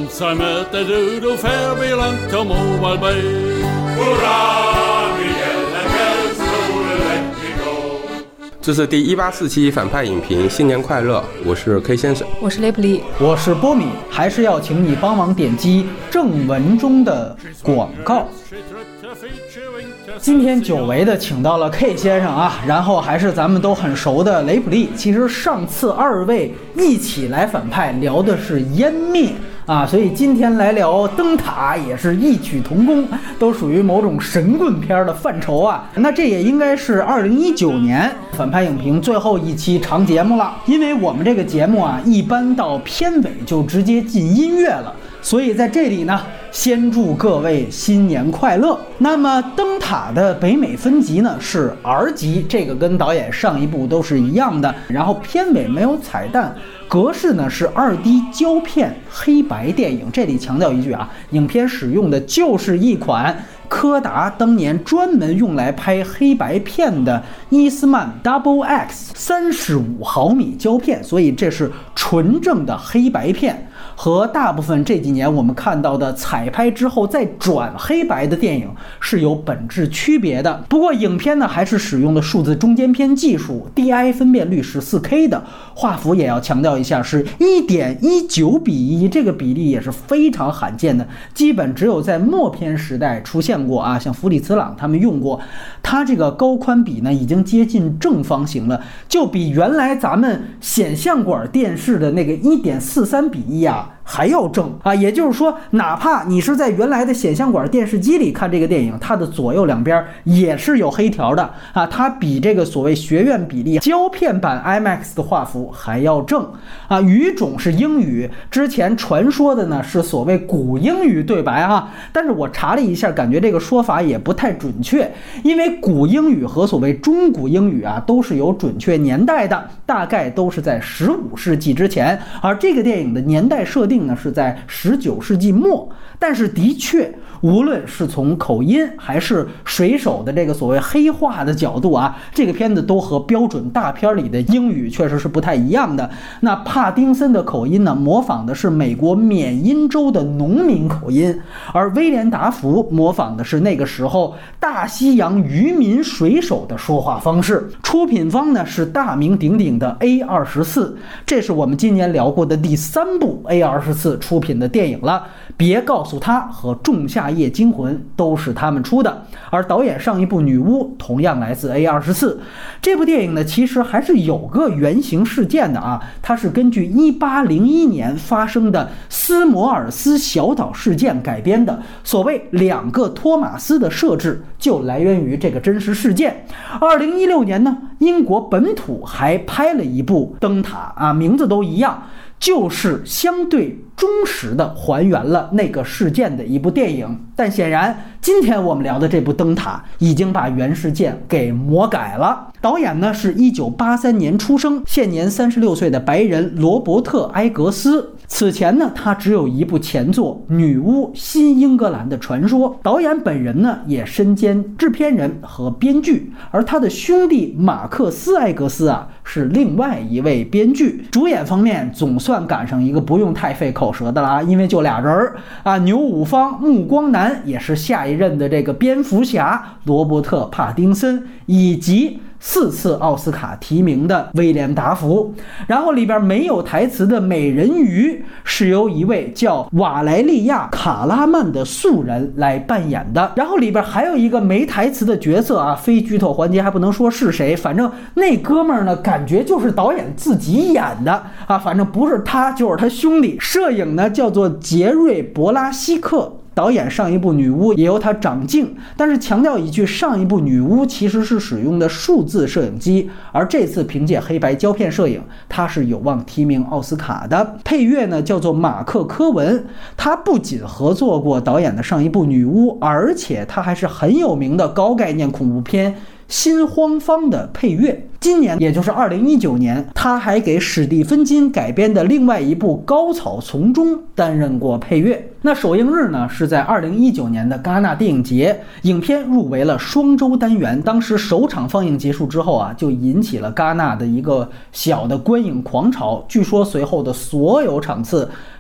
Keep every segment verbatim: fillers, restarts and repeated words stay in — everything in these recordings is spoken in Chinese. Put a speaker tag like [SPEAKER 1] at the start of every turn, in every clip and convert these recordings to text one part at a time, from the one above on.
[SPEAKER 1] Once I met the doodle fair belonged to Mobile Bay. Hurra, Miguel Angel, slowly let me go.
[SPEAKER 2] 这是第一百八十四期反派影评，新年快乐！我是 K 先生，
[SPEAKER 3] 我是雷普利，
[SPEAKER 4] 我是波米，还是要请你帮忙点击正文中的广告。今天久违的请到了 K 先生啊，然后还是咱们都很熟的雷普利。其实上次二位一起来反派聊的是湮灭啊，所以今天来聊灯塔也是异曲同工，都属于某种神棍片的范畴啊。那这也应该是二零一九年反派影评最后一期长节目了，因为我们这个节目啊，一般到片尾就直接进音乐了，所以在这里呢，先祝各位新年快乐。那么灯塔的北美分级呢是 R 级，这个跟导演上一部都是一样的，然后片尾没有彩蛋，格式呢是 二 D 胶片黑白电影。这里强调一句啊，影片使用的就是一款柯达当年专门用来拍黑白片的伊斯曼 Double X 三十五毫米胶片，所以这是纯正的黑白片，和大部分这几年我们看到的彩拍之后再转黑白的电影是有本质区别的。不过影片呢还是使用的数字中间片技术， D I 分辨率是 四 K 的，画幅也要强调一下是 一点一九比一，这个比例也是非常罕见的，基本只有在默片时代出现过啊，像弗里茨朗他们用过。它这个高宽比呢已经接近正方形了，就比原来咱们显像管电视的那个 一点四三比一啊还要正啊，也就是说，哪怕你是在原来的显像管电视机里看这个电影，它的左右两边也是有黑条的啊，它比这个所谓学院比例胶片版 IMAX 的画幅还要正啊。语种是英语，之前传说的呢是所谓古英语对白啊，但是我查了一下，感觉这个说法也不太准确，因为古英语和所谓中古英语啊都是有准确年代的，大概都是在十五世纪之前，而这个电影的年代设定呢是在十九世纪末。但是的确，无论是从口音还是水手的这个所谓黑化的角度啊，这个片子都和标准大片里的英语确实是不太一样的。那帕丁森的口音呢，模仿的是美国缅因州的农民口音，而威廉达福模仿的是那个时候大西洋渔民水手的说话方式。出品方呢是大名鼎鼎的 A 二十四， 这是我们今年聊过的第三部 A 二十四 出品的电影了。别告诉他和仲夏夜惊魂都是他们出的，而导演上一部女巫同样来自 A 二十四。 这部电影呢其实还是有个原型事件的啊，它是根据一八零一年发生的斯摩尔斯小岛事件改编的，所谓两个托马斯的设置就来源于这个真实事件。二零一六年呢，英国本土还拍了一部灯塔啊，名字都一样，就是相对忠实的还原了那个事件的一部电影。但显然今天我们聊的这部灯塔已经把原事件给魔改了。导演呢是一九八三年出生，现年三十六岁的白人罗伯特·埃格斯。此前呢他只有一部前作《女巫：新英格兰的传说》。导演本人呢也身兼制片人和编剧，而他的兄弟马克思·埃格斯啊是另外一位编剧。主演方面总算赶上一个不用太费口舌的啦，因为就俩人啊，牛五方目光男也是下一任的这个蝙蝠侠罗伯特·帕丁森，以及四次奥斯卡提名的威廉达福。然后里边没有台词的美人鱼是由一位叫瓦莱利亚·卡拉曼的素人来扮演的。然后里边还有一个没台词的角色啊，非剧透环节还不能说是谁，反正那哥们儿呢感觉就是导演自己演的啊，反正不是他就是他兄弟。摄影呢叫做杰瑞·伯拉希克，导演上一部女巫也由他掌镜，但是强调一句，上一部女巫其实是使用的数字摄影机，而这次凭借黑白胶片摄影，他是有望提名奥斯卡的。配乐呢叫做马克·科文，他不仅合作过导演的上一部女巫，而且他还是很有名的高概念恐怖片新荒方的配乐。今年也就是二零一九年，他还给史蒂芬金改编的另外一部高草丛中担任过配乐。那首映日呢是在二零一九年的戛纳电影节，影片入围了双周单元。当时首场放映结束之后啊，就引起了戛纳的一个小的观影狂潮，据说随后的所有场次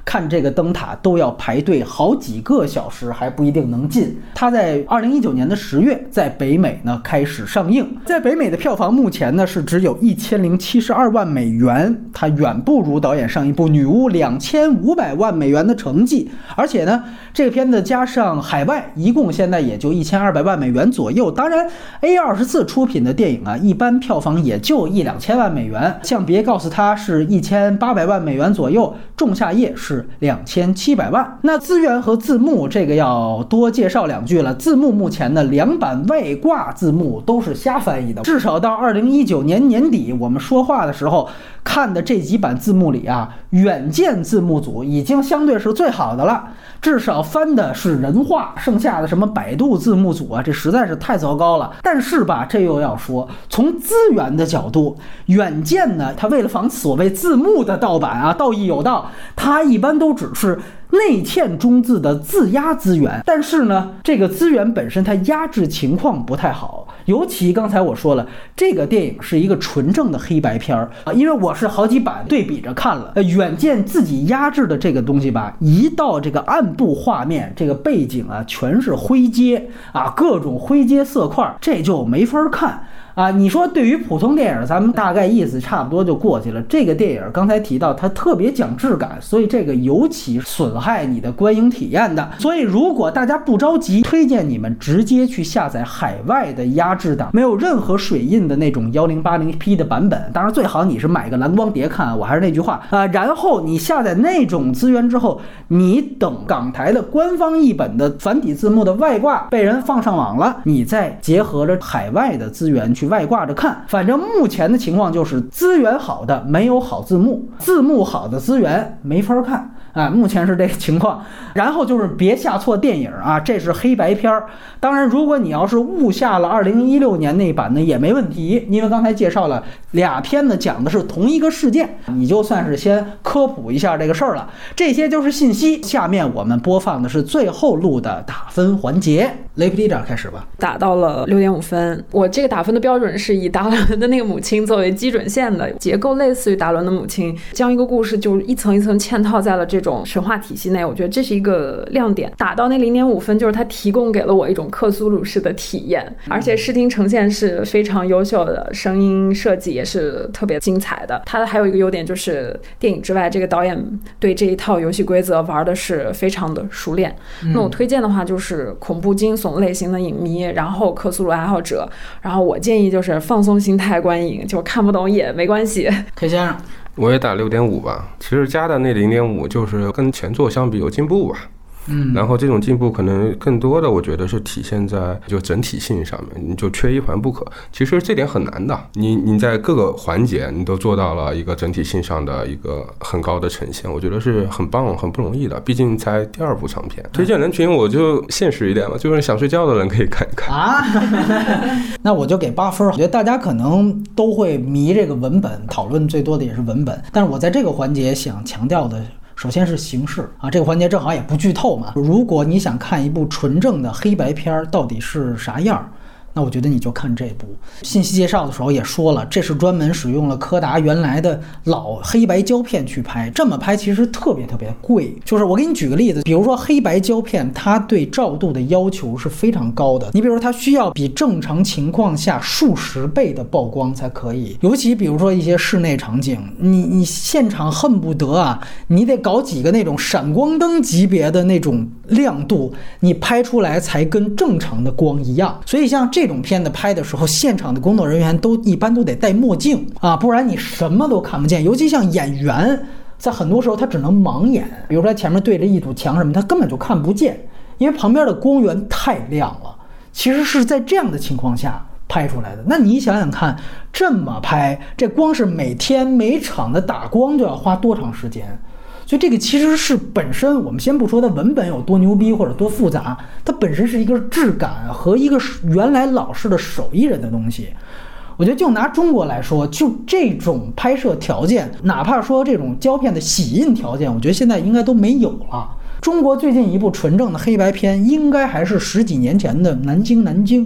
[SPEAKER 4] 看这个灯塔都要排队好几个小时，还不一定能进。它在二零一九年的十月在北美呢开始上映，在北美的票房目前呢是只有一千零七十二万美元，它远不如导演上一部《女巫》两千五百万美元的成绩。而且呢，这个片子加上海外，一共现在也就一千二百万美元左右。当然 A 二十四出品的电影啊，一般票房也就一两千万美元。像别告诉他是一千八百万美元左右，仲夏夜是两千七百万。那资源和字幕这个要多介绍两句了。字幕目前的两版外挂字幕都是瞎翻译的，至少到二零一九年年底我们说话的时候看的这几版字幕里啊，远见字幕组已经相对是最好的了，至少翻的是人话，剩下的什么百度字幕组啊，这实在是太糟糕了。但是吧，这又要说从资源的角度，远见呢，它为了防所谓字幕的盗版啊，道义有道，它一般都只是内嵌中字的字压资源，但是呢，这个资源本身它压制情况不太好。尤其刚才我说了，这个电影是一个纯正的黑白片儿啊，因为我是好几版对比着看了，呃，远见自己压制的这个东西吧，一到这个暗部画面，这个背景啊全是灰阶啊，各种灰阶色块，这就没法看。啊，你说对于普通电影，咱们大概意思差不多就过去了。这个电影刚才提到它特别讲质感，所以这个尤其损害你的观影体验的。所以如果大家不着急，推荐你们直接去下载海外的压制档，没有任何水印的那种 一零八零 P 的版本。当然最好你是买个蓝光碟看，我还是那句话啊。然后你下载那种资源之后，你等港台的官方译本的繁体字幕的外挂被人放上网了，你再结合着海外的资源去外挂着看。反正目前的情况就是资源好的没有好字幕，字幕好的资源没法看啊，目前是这个情况。然后就是别下错电影啊，这是黑白片儿。当然如果你要是误下了二零一六年那版呢也没问题，因为刚才介绍了俩片子讲的是同一个事件，你就算是先科普一下这个事儿了。这些就是信息，下面我们播放的是最后录的打分环节。雷普利这儿开始吧。
[SPEAKER 3] 打到了六点五分，我这个打分的标准是以达伦的那个母亲作为基准线的，结构类似于达伦的母亲，将一个故事就一层一层嵌套在了这种神话体系内，我觉得这是一个亮点。打到那零点五分，就是它提供给了我一种克苏鲁式的体验，而且视听呈现是非常优秀的，声音设计也是特别精彩的。它还有一个优点就是电影之外，这个导演对这一套游戏规则玩的是非常的熟练。嗯、那我推荐的话就是恐怖惊悚类型的影迷，然后克苏鲁爱好者，然后我建议就是放松心态观影，就看不懂也没关系。
[SPEAKER 4] K 先生，
[SPEAKER 2] 我也打六点五吧。其实加的那零点五就是跟前作相比有进步吧。嗯，然后这种进步可能更多的我觉得是体现在就整体性上面，你就缺一环不可。其实这点很难的，你你在各个环节你都做到了一个整体性上的一个很高的呈现，我觉得是很棒很不容易的，毕竟才第二部长片。推荐人群我就现实一点嘛，就是想睡觉的人可以看一看
[SPEAKER 4] 啊。那我就给八分。我觉得大家可能都会迷这个文本，讨论最多的也是文本，但是我在这个环节想强调的首先是形式啊，这个环节正好也不剧透嘛。如果你想看一部纯正的黑白片到底是啥样，那我觉得你就看这部。信息介绍的时候也说了，这是专门使用了柯达原来的老黑白胶片去拍，这么拍其实特别特别贵。就是我给你举个例子，比如说黑白胶片它对照度的要求是非常高的，你比如说它需要比正常情况下数十倍的曝光才可以，尤其比如说一些室内场景，你你现场恨不得啊，你得搞几个那种闪光灯级别的那种亮度，你拍出来才跟正常的光一样。所以像这种片子拍的时候，现场的工作人员都一般都得戴墨镜啊，不然你什么都看不见。尤其像演员，在很多时候他只能盲演，比如说前面对着一堵墙什么，他根本就看不见，因为旁边的光源太亮了。其实是在这样的情况下拍出来的。那你想想看，这么拍，这光是每天每场的打光就要花多长时间？所以这个其实是本身，我们先不说它文本有多牛逼或者多复杂，它本身是一个质感和一个原来老式的手艺人的东西。我觉得就拿中国来说，就这种拍摄条件，哪怕说这种胶片的洗印条件，我觉得现在应该都没有了。中国最近一部纯正的黑白片应该还是十几年前的南京南京，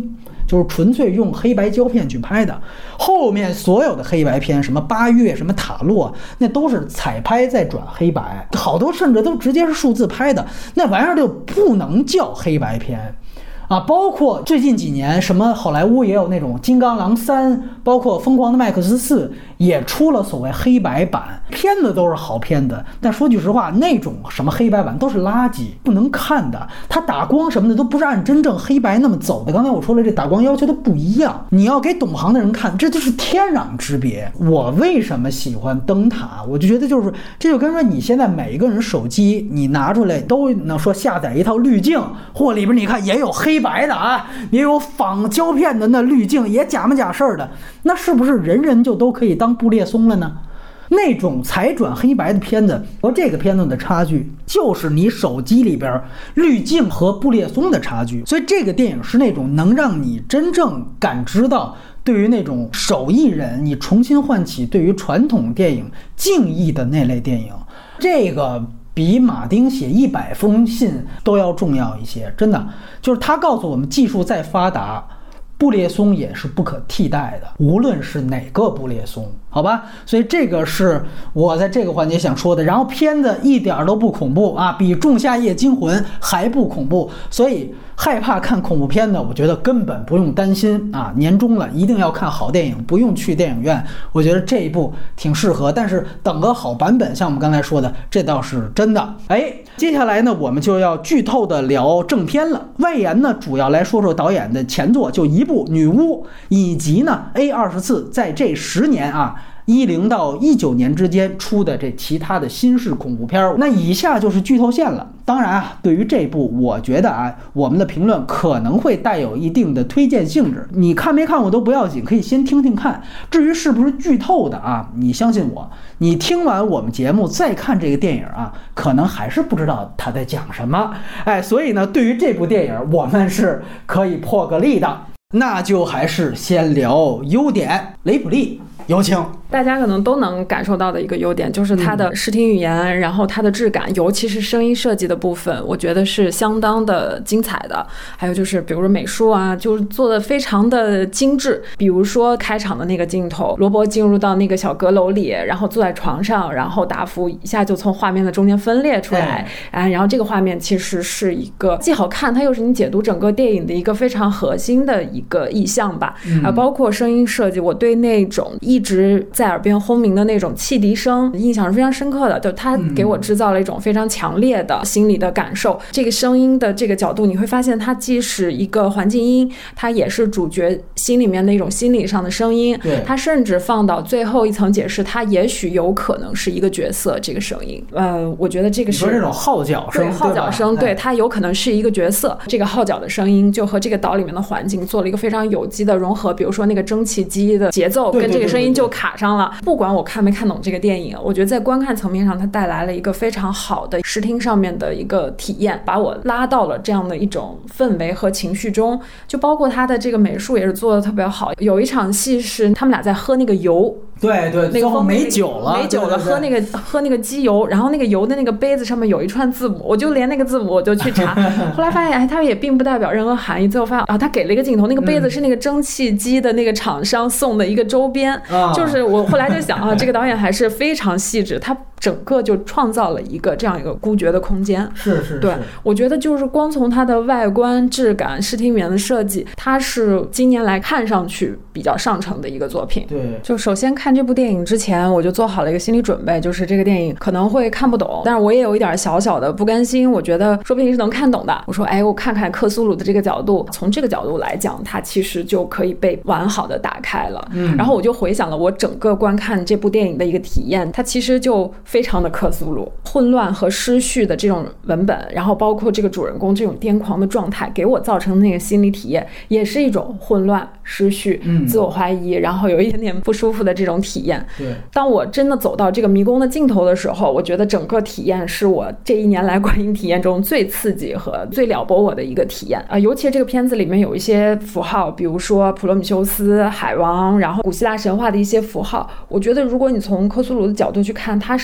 [SPEAKER 4] 就是纯粹用黑白胶片去拍的。后面所有的黑白片，什么八月、什么塔洛，那都是彩拍再转黑白，好多甚至都直接是数字拍的，那玩意儿就不能叫黑白片。啊，包括最近几年，什么好莱坞也有那种《金刚狼三》，包括《疯狂的麦克斯四》也出了所谓黑白版，片子都是好片子，但说句实话，那种什么黑白版都是垃圾，不能看的。它打光什么的都不是按真正黑白那么走的。刚才我说了，这打光要求都不一样，你要给懂行的人看，这就是天壤之别。我为什么喜欢灯塔？我就觉得就是这就跟说你现在每一个人手机你拿出来都能说下载一套滤镜，或里边你看也有黑白的啊，也有仿胶片的那滤镜，也假模假式的，那是不是人人就都可以当布列松了呢？那种彩转黑白的片子和这个片子的差距，就是你手机里边滤镜和布列松的差距。所以这个电影是那种能让你真正感知到对于那种手艺人，你重新唤起对于传统电影敬意的那类电影。这个比马丁写一百封信都要重要一些，真的，就是他告诉我们，技术再发达，布列松也是不可替代的，无论是哪个布列松，好吧？所以这个是我在这个环节想说的。然后片子一点都不恐怖啊，比《仲夏夜惊魂》还不恐怖，所以害怕看恐怖片的，我觉得根本不用担心啊。年终了，一定要看好电影，不用去电影院。我觉得这一部挺适合，但是等个好版本，像我们刚才说的，这倒是真的。哎，接下来呢，我们就要剧透的聊正片了。外延呢，主要来说说导演的前作，就一部《女巫》，以及呢 A 二十四在这十年啊。一零到一九年之间出的这其他的新式恐怖片，那以下就是剧透线了。当然啊，对于这部，我觉得啊，我们的评论可能会带有一定的推荐性质。你看没看过都不要紧，可以先听听看。至于是不是剧透的啊，你相信我，你听完我们节目再看这个电影啊，可能还是不知道他在讲什么。哎，所以呢，对于这部电影，我们是可以破个例的。那就还是先聊优点，雷普利。有请。
[SPEAKER 3] 大家可能都能感受到的一个优点就是它的视听语言、嗯、然后它的质感，尤其是声音设计的部分，我觉得是相当的精彩的。还有就是比如说美术啊，就是做的非常的精致。比如说开场的那个镜头，罗伯进入到那个小阁楼里，然后坐在床上，然后达芙一下就从画面的中间分裂出来、哎、然后这个画面其实是一个既好看，它又是你解读整个电影的一个非常核心的一个意象吧、嗯、啊，包括声音设计，我对那种一直在耳边轰鸣的那种汽笛声印象是非常深刻的，就它给我制造了一种非常强烈的心理的感受。这个声音的这个角度，你会发现它既是一个环境音，它也是主角心里面的一种心理上的声音。它甚至放到最后一层解释，它也许有可能是一个角色，这个声音呃，我觉得这个是
[SPEAKER 4] 你说这种号角声，
[SPEAKER 3] 对号角声，对，它有可能是一个角色。这个号角的声音就和这个岛里面的环境做了一个非常有机的融合，比如说那个蒸汽机的节奏跟这个声音就卡上了。不管我看没看懂这个电影，我觉得在观看层面上它带来了一个非常好的视听上面的一个体验，把我拉到了这样的一种氛围和情绪中。就包括它的这个美术也是做的特别好，有一场戏是他们俩在喝那个油，
[SPEAKER 4] 对对，
[SPEAKER 3] 那个
[SPEAKER 4] 没酒了，
[SPEAKER 3] 没酒了，
[SPEAKER 4] 对对对，
[SPEAKER 3] 喝那个喝那个机油，然后那个油的那个杯子上面有一串字母，我就连那个字母我就去查，后来发现哎，它也并不代表任何含义。最后发现啊，他给了一个镜头，那个杯子是那个蒸汽机的那个厂商送的一个周边，
[SPEAKER 4] 嗯、
[SPEAKER 3] 就是我后来就想啊，这个导演还是非常细致，他整个就创造了一个这样一个孤绝的空间。
[SPEAKER 4] 是是是，
[SPEAKER 3] 对，我觉得就是光从它的外观质感、视听语言的设计，它是今年来看上去比较上乘的一个作品。
[SPEAKER 4] 对，
[SPEAKER 3] 就首先看这部电影之前，我就做好了一个心理准备，就是这个电影可能会看不懂，但是我也有一点小小的不甘心，我觉得说不定是能看懂的。我说，哎，我看看克苏鲁的这个角度，从这个角度来讲，它其实就可以被完好的打开了。嗯，然后我就回想了我整个观看这部电影的一个体验，它其实就非常的克苏鲁，混乱和失序的这种文本，然后包括这个主人公这种癫狂的状态，给我造成的那个心理体验，也是一种混乱、失序、嗯、自我怀疑，然后有一点点不舒服的这种体验。
[SPEAKER 4] 对，
[SPEAKER 3] 当我真的走到这个迷宫的尽头的时候，我觉得整个体验是我这一年来观影体验中最刺激和最撩拨我的一个体验啊、呃！尤其这个片子里面有一些符号，比如说普罗米修斯、海王，然后古希腊神话的一些符号，我觉得如果你从克苏鲁的角度去看，它是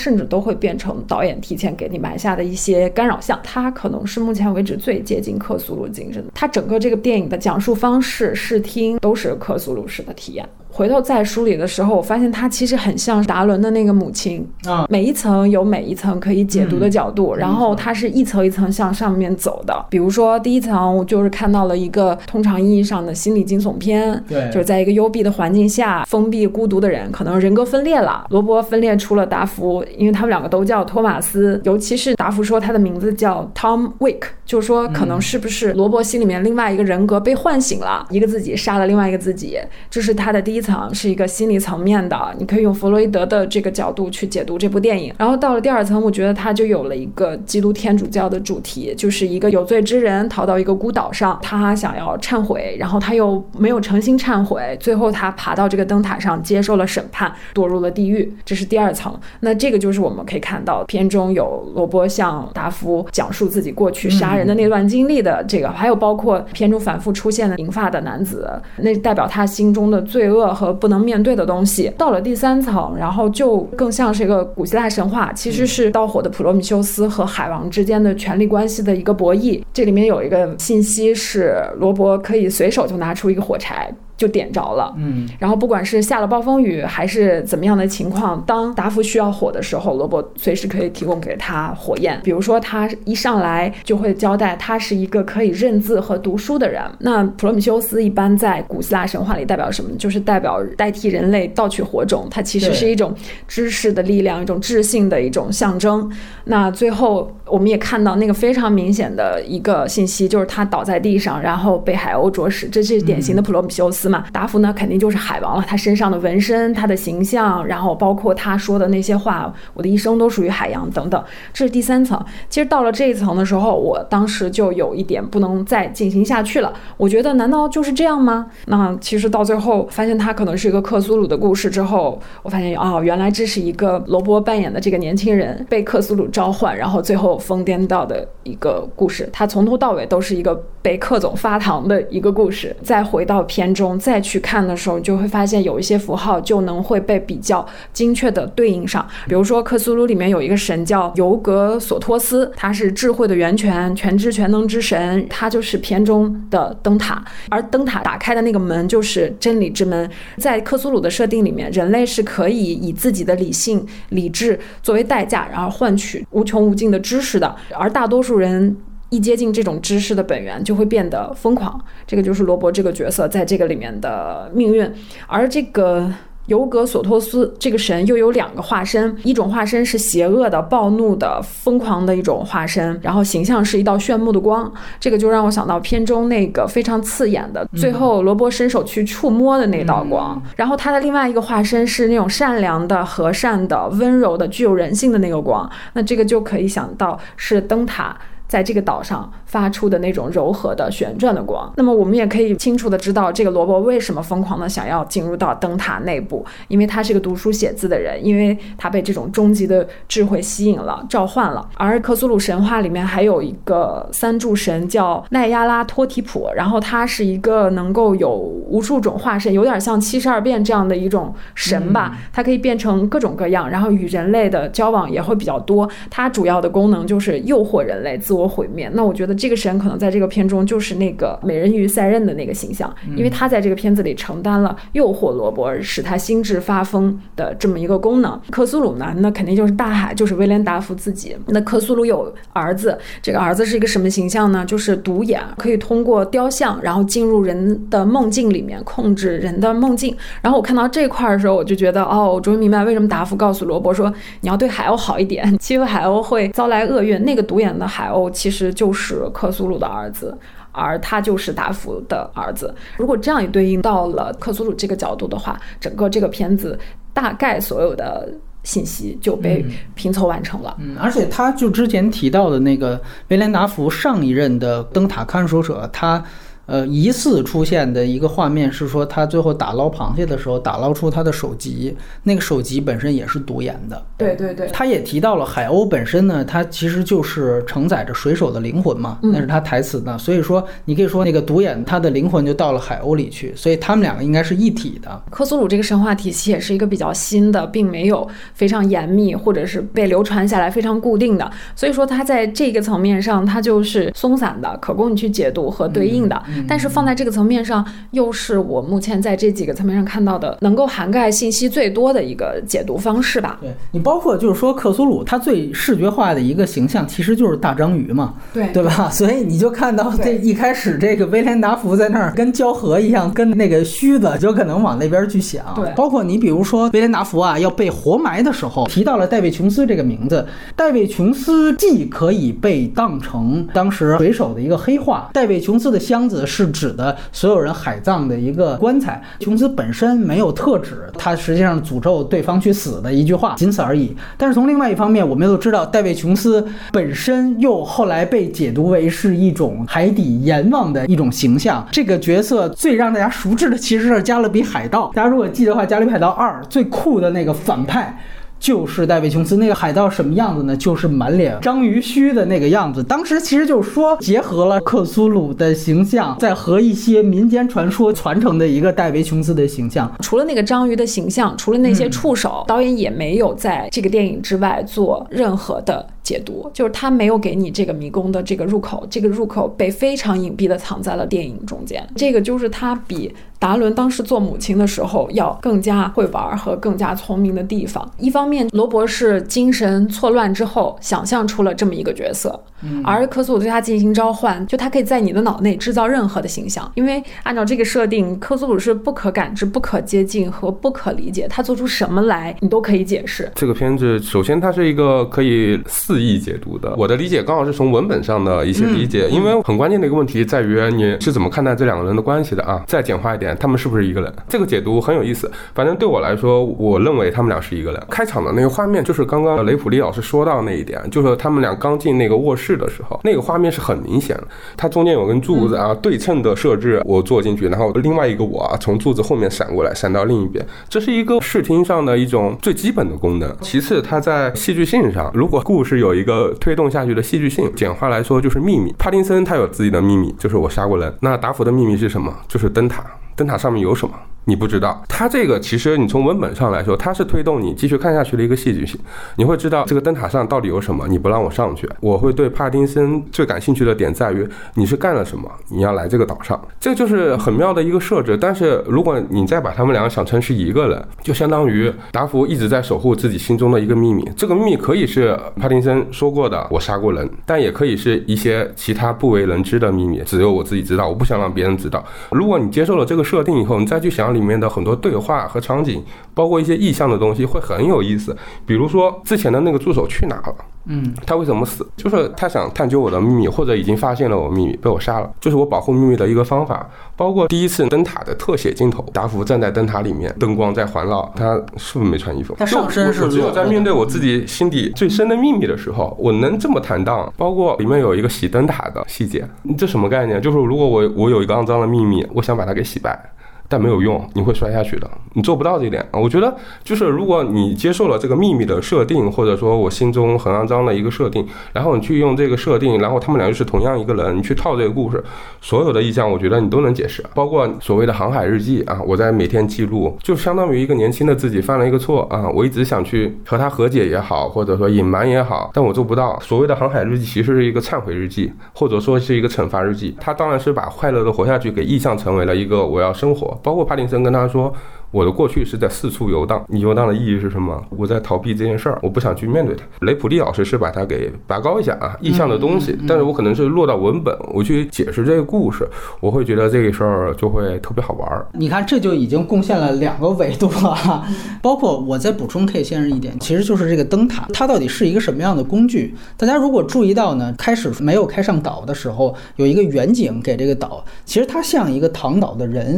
[SPEAKER 3] 甚至都会变成导演提前给你埋下的一些干扰项。它可能是目前为止最接近克苏鲁精神的，它整个这个电影的讲述方式、视听都是克苏鲁式的体验。回头再梳理的时候，我发现它其实很像达伦的那个母亲啊，每一层有每一层可以解读的角度，嗯、然后它是一层一层向上面走的。比如说第一层，我就是看到了一个通常意义上的心理惊悚片，
[SPEAKER 4] 对，
[SPEAKER 3] 就是在一个幽闭的环境下，封闭孤独的人可能人格分裂了。罗伯分裂出了达福，因为他们两个都叫托马斯，尤其是达福说他的名字叫 Tom Wick， 就是说可能是不是罗伯心里面另外一个人格被唤醒了，一个自己杀了另外一个自己，这是他的第一层，是一个心理层面的，你可以用弗洛伊德的这个角度去解读这部电影。然后到了第二层，我觉得他就有了一个基督天主教的主题，就是一个有罪之人逃到一个孤岛上，他想要忏悔，然后他又没有诚心忏悔，最后他爬到这个灯塔上接受了审判，堕入了地狱，这是第二层。那这个就是我们可以看到片中有罗伯向达福讲述自己过去杀人的那段经历的这个、嗯、还有包括片中反复出现的银发的男子，那代表他心中的罪恶和不能面对的东西。到了第三层，然后就更像是一个古希腊神话，其实是盗火的普罗米修斯和海王之间的权力关系的一个博弈。这里面有一个信息是罗伯可以随手就拿出一个火柴就点着了，嗯，然后不管是下了暴风雨还是怎么样的情况，当达福需要火的时候，罗伯随时可以提供给他火焰。比如说他一上来就会交代他是一个可以认字和读书的人。那普罗米修斯一般在古希腊神话里代表什么？就是代表代替人类盗取火种，它其实是一种知识的力量，一种智性的一种象征。那最后我们也看到那个非常明显的一个信息，就是他倒在地上，然后被海鸥啄食，这是典型的普罗米修斯。达福呢肯定就是海王了，他身上的纹身，他的形象，然后包括他说的那些话，我的一生都属于海洋等等，这是第三层。其实到了这一层的时候，我当时就有一点不能再进行下去了，我觉得难道就是这样吗？那其实到最后发现他可能是一个克苏鲁的故事之后，我发现哦，原来这是一个罗伯扮演的这个年轻人被克苏鲁召唤，然后最后疯癫到的一个故事。他从头到尾都是一个被克总发糖的一个故事。再回到片中再去看的时候，就会发现有一些符号就能会被比较精确的对应上。比如说克苏鲁里面有一个神叫尤格索托斯，他是智慧的源泉，全知全能之神，他就是片中的灯塔，而灯塔打开的那个门就是真理之门。在克苏鲁的设定里面，人类是可以以自己的理性理智作为代价，然后换取无穷无尽的知识的，而大多数人一接近这种知识的本源就会变得疯狂，这个就是罗伯这个角色在这个里面的命运。而这个尤格索托斯这个神又有两个化身，一种化身是邪恶的、暴怒的、疯狂的一种化身，然后形象是一道炫目的光，这个就让我想到片中那个非常刺眼的最后罗伯伸手去触摸的那道光、嗯、然后他的另外一个化身是那种善良的、和善的、温柔的、具有人性的那个光，那这个就可以想到是灯塔在这个岛上发出的那种柔和的旋转的光。那么我们也可以清楚的知道这个罗伯为什么疯狂的想要进入到灯塔内部，因为他是个读书写字的人，因为他被这种终极的智慧吸引了、召唤了。而克苏鲁神话里面还有一个三柱神叫奈亚拉托提普，然后他是一个能够有无数种化身，有点像七十二变这样的一种神吧，他可以变成各种各样，然后与人类的交往也会比较多，他主要的功能就是诱惑人类自我毁灭。那我觉得这个神可能在这个片中就是那个美人鱼赛壬的那个形象，因为他在这个片子里承担了诱惑罗伯使他心智发疯的这么一个功能。克苏鲁呢，那肯定就是大海，就是威廉达福自己。那克苏鲁有儿子，这个儿子是一个什么形象呢？就是独眼，可以通过雕像然后进入人的梦境里面，控制人的梦境。然后我看到这块的时候，我就觉得哦，我终于明白为什么达福告诉罗伯说你要对海鸥好一点，欺负海鸥会遭来厄运。那个独眼的海鸥其实就是克苏鲁的儿子，而他就是达福的儿子。如果这样一对应到了克苏鲁这个角度的话，整个这个片子大概所有的信息就被拼凑完成了。
[SPEAKER 4] 嗯，而且他就之前提到的那个威廉达福上一任的灯塔看守者，他呃，疑似出现的一个画面是说，他最后打捞螃蟹的时候，打捞出他的首级，那个首级本身也是独眼的。
[SPEAKER 3] 对对对，
[SPEAKER 4] 他也提到了海鸥本身呢，它其实就是承载着水手的灵魂嘛，那是他台词的。所以说，你可以说那个独眼他的灵魂就到了海鸥里去，所以他们两个应该是一体的。
[SPEAKER 3] 科苏鲁这个神话体系也是一个比较新的，并没有非常严密或者是被流传下来非常固定的，所以说它在这个层面上它就是松散的，可供你去解读和对应的、嗯嗯、但是放在这个层面上又是我目前在这几个层面上看到的能够涵盖信息最多的一个解读方式吧。
[SPEAKER 4] 对，你包括就是说克苏鲁它最视觉化的一个形象其实就是大章鱼嘛，
[SPEAKER 3] 对
[SPEAKER 4] 对吧？所以你就看到这一开始这个威廉达福在那儿跟胶河一样，跟那个须子就可能往那边去想。
[SPEAKER 3] 对，
[SPEAKER 4] 包括你比如说威廉达福啊要被活埋的时候提到了戴维琼斯这个名字，戴维琼斯既可以被当成当时水手的一个黑话，戴维琼斯的箱子是指的所有人海葬的一个棺材，琼斯本身没有特指他实际上诅咒对方去死的一句话，仅此而已。但是从另外一方面我们又知道戴维琼斯本身又后来被解读为是一种海底阎王的一种形象，这个角色最让大家熟知的其实是加勒比海盗，大家如果记得的话，加勒比海盗二最酷的那个反派就是戴维琼斯。那个海盗什么样子呢？就是满脸章鱼须的那个样子。当时其实就是说结合了克苏鲁的形象，再和一些民间传说传承的一个戴维琼斯的形象。
[SPEAKER 3] 除了那个章鱼的形象，除了那些触手、嗯、导演也没有在这个电影之外做任何的解读，就是他没有给你这个迷宫的这个入口，这个入口被非常隐蔽的藏在了电影中间。这个就是他比达伦当时做母亲的时候要更加会玩和更加聪明的地方。一方面罗博士精神错乱之后想象出了这么一个角色、嗯、而科苏鲁对他进行召唤，就他可以在你的脑内制造任何的形象，因为按照这个设定科苏鲁是不可感知、不可接近和不可理解，他做出什么来你都可以解释。
[SPEAKER 2] 这个片子首先它是一个可以肆意解读的，我的理解刚好是从文本上的一些理解、嗯、因为很关键的一个问题在于你是怎么看待这两个人的关系的啊。再简化一点，他们是不是一个人，这个解读很有意思。反正对我来说我认为他们俩是一个人。开场的那个画面就是刚刚雷普利老师说到那一点，就是他们俩刚进那个卧室的时候，那个画面是很明显的，它中间有根柱子啊，对称的设置，我坐进去，然后另外一个我啊从柱子后面闪过来，闪到另一边，这是一个视听上的一种最基本的功能。其次它在戏剧性上，如果故事有一个推动下去的戏剧性，简化来说就是秘密。帕丁森他有自己的秘密，就是我杀过人。那达福的秘密是什么？就是灯塔，灯塔上面有什么你不知道。他这个其实你从文本上来说，它是推动你继续看下去的一个戏剧性。你会知道这个灯塔上到底有什么，你不让我上去。我会对帕丁森最感兴趣的点在于你是干了什么，你要来这个岛上，这就是很妙的一个设置。但是如果你再把他们两个想成是一个人，就相当于达福一直在守护自己心中的一个秘密。这个秘密可以是帕丁森说过的我杀过人，但也可以是一些其他不为人知的秘密，只有我自己知道，我不想让别人知道。如果你接受了这个设定以后，你再去想里面的很多对话和场景，包括一些意象的东西，会很有意思。比如说之前的那个助手去哪了，嗯，他为什么死？就是他想探究我的秘密，或者已经发现了我秘密被我杀了，就是我保护秘密的一个方法。包括第一次灯塔的特写镜头，达福站在灯塔里面，灯光在环绕，他是不是没穿衣服？
[SPEAKER 4] 他上身是。
[SPEAKER 2] 我只有在面对我自己心底最深的秘密的时候，我能这么坦荡。包括里面有一个洗灯塔的细节，这什么概念？就是如果我我有一个肮脏的秘密，我想把它给洗白，但没有用，你会摔下去的，你做不到这一点。我觉得就是如果你接受了这个秘密的设定，或者说我心中很肮脏的一个设定，然后你去用这个设定，然后他们俩又是同样一个人，你去套这个故事，所有的意象我觉得你都能解释。包括所谓的航海日记啊，我在每天记录，就相当于一个年轻的自己犯了一个错啊，我一直想去和他和解也好，或者说隐瞒也好，但我做不到。所谓的航海日记其实是一个忏悔日记，或者说是一个惩罚日记，他当然是把快乐的活下去给意象成为了一个我要生活。包括帕丁森跟他说，我的过去是在四处游荡，你游荡的意义是什么？我在逃避这件事儿，我不想去面对它。雷普利老师是把它给拔高一下啊，意象的东西，但是我可能是落到文本，我去解释这个故事，我会觉得这个事儿就会特别好玩。
[SPEAKER 4] 你看，这就已经贡献了两个维度了，包括我再补充 K 先生一点，其实就是这个灯塔，它到底是一个什么样的工具？大家如果注意到呢，开始没有开上岛的时候，有一个远景给这个岛，其实它像一个躺倒的人。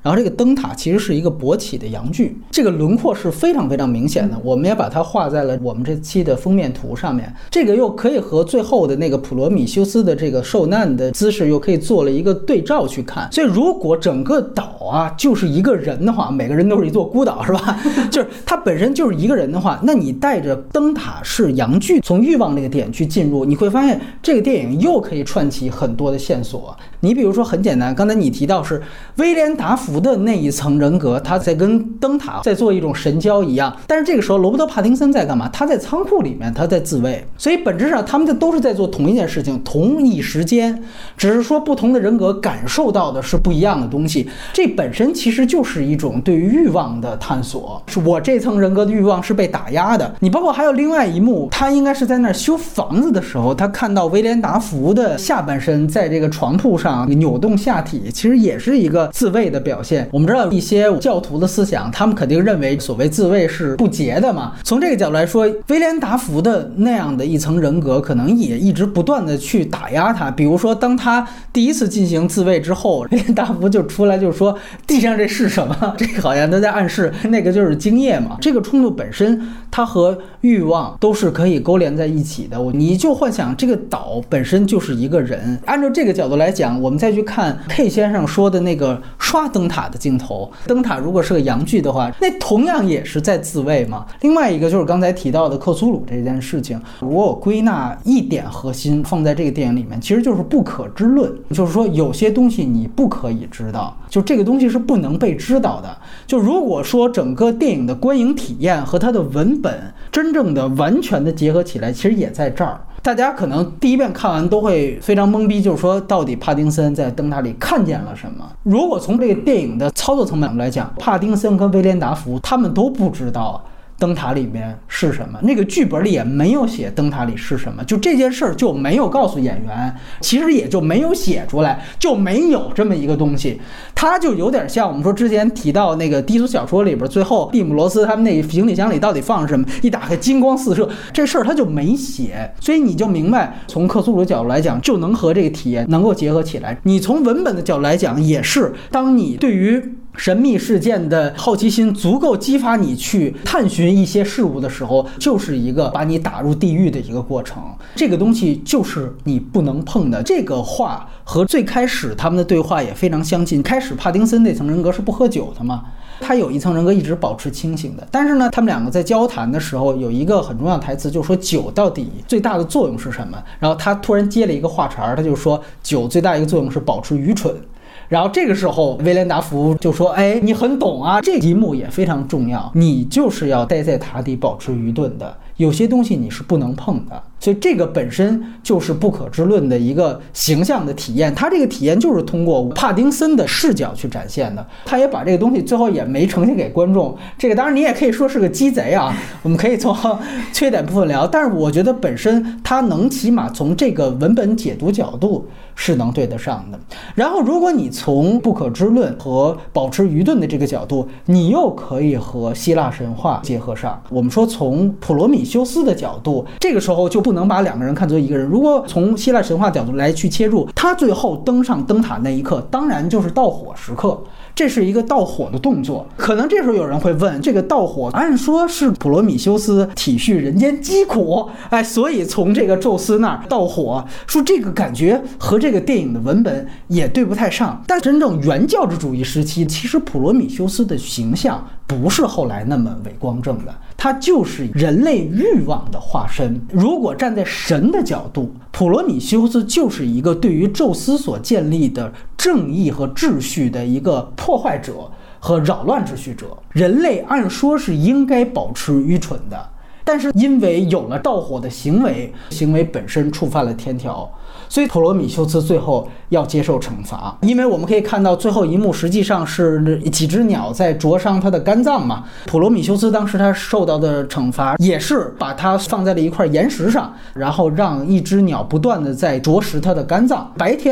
[SPEAKER 4] 然后这个灯塔其实是一个勃起的阳具，这个轮廓是非常非常明显的，我们也把它画在了我们这期的封面图上面。这个又可以和最后的那个普罗米修斯的这个受难的姿势又可以做了一个对照去看。所以如果整个岛啊就是一个人的话，每个人都是一座孤岛是吧？就是它本身就是一个人的话，那你带着灯塔是阳具从欲望那个点去进入，你会发现这个电影又可以串起很多的线索。你比如说很简单，刚才你提到是威廉达福的那一层人格，他在跟灯塔在做一种神交一样，但是这个时候罗伯特·帕丁森在干嘛？他在仓库里面，他在自卫。所以本质上他们都是在做同一件事情，同一时间，只是说不同的人格感受到的是不一样的东西。这本身其实就是一种对于欲望的探索，是我这层人格的欲望是被打压的。你包括还有另外一幕，他应该是在那儿修房子的时候，他看到威廉达福的下半身在这个床铺上扭动下体，其实也是一个自卫的表现。我们知道一些教徒的思想，他们肯定认为所谓自卫是不洁的嘛。从这个角度来说，威廉达福的那样的一层人格可能也一直不断的去打压他。比如说当他第一次进行自卫之后，威廉达福就出来就说地上这是什么，这个好像都在暗示那个就是精液嘛。这个冲突本身它和欲望都是可以勾连在一起的。你就幻想这个岛本身就是一个人，按照这个角度来讲，我们再去看 K 先生说的那个刷灯塔的镜头，灯塔如果是个阳具的话，那同样也是在自卫嘛。另外一个就是刚才提到的克苏鲁这件事情，如果我归纳一点核心放在这个电影里面，其实就是不可知论，就是说有些东西你不可以知道，就这个东西是不能被知道的。就如果说整个电影的观影体验和它的文本真正的完全的结合起来，其实也在这儿。大家可能第一遍看完都会非常懵逼，就是说到底帕丁森在灯塔里看见了什么。如果从这个电影的操作层面来讲，帕丁森跟威廉达福他们都不知道灯塔里面是什么，那个剧本里也没有写灯塔里是什么，就这件事儿就没有告诉演员，其实也就没有写出来，就没有这么一个东西。它就有点像我们说之前提到那个低俗小说里边，最后蒂姆罗斯他们那行李箱里到底放什么，一打开金光四射，这事儿他就没写。所以你就明白，从克苏鲁的角度来讲，就能和这个体验能够结合起来。你从文本的角度来讲也是，当你对于神秘事件的好奇心足够激发你去探寻一些事物的时候，就是一个把你打入地狱的一个过程。这个东西就是你不能碰的。这个话和最开始他们的对话也非常相近。开始帕丁森那层人格是不喝酒的嘛，他有一层人格一直保持清醒的，但是呢他们两个在交谈的时候有一个很重要的台词，就是说酒到底最大的作用是什么。然后他突然接了一个话茬，他就说酒最大一个作用是保持愚蠢。然后这个时候威廉达福就说，哎，你很懂啊，这一幕也非常重要，你就是要待在塔底保持愚钝的，有些东西你是不能碰的。所以这个本身就是不可知论的一个形象的体验，它这个体验就是通过帕丁森的视角去展现的。他也把这个东西最后也没呈现给观众，这个当然你也可以说是个鸡贼啊，我们可以从缺点部分聊，但是我觉得本身它能起码从这个文本解读角度是能对得上的。然后如果你从不可知论和保持愚钝的这个角度，你又可以和希腊神话结合上。我们说从普罗米修斯的角度，这个时候就不能把两个人看作一个人。如果从希腊神话角度来去切入，他最后登上灯塔那一刻当然就是盗火时刻，这是一个盗火的动作。可能这时候有人会问，这个盗火按说是普罗米修斯体恤人间疾苦，哎，所以从这个宙斯那儿盗火，说这个感觉和这个电影的文本也对不太上。但真正原教旨主义时期，其实普罗米修斯的形象不是后来那么伟光正的，他就是人类欲望的化身。如果站在神的角度，普罗米修斯就是一个对于宙斯所建立的正义和秩序的一个破坏者和扰乱秩序者。人类按说是应该保持愚蠢的，但是因为有了盗火的行为，行为本身触犯了天条，所以普罗米修斯最后要接受惩罚。因为我们可以看到最后一幕实际上是几只鸟在灼伤他的肝脏嘛，普罗米修斯当时他受到的惩罚也是把它放在了一块岩石上，然后让一只鸟不断的在啄食他的肝脏。白天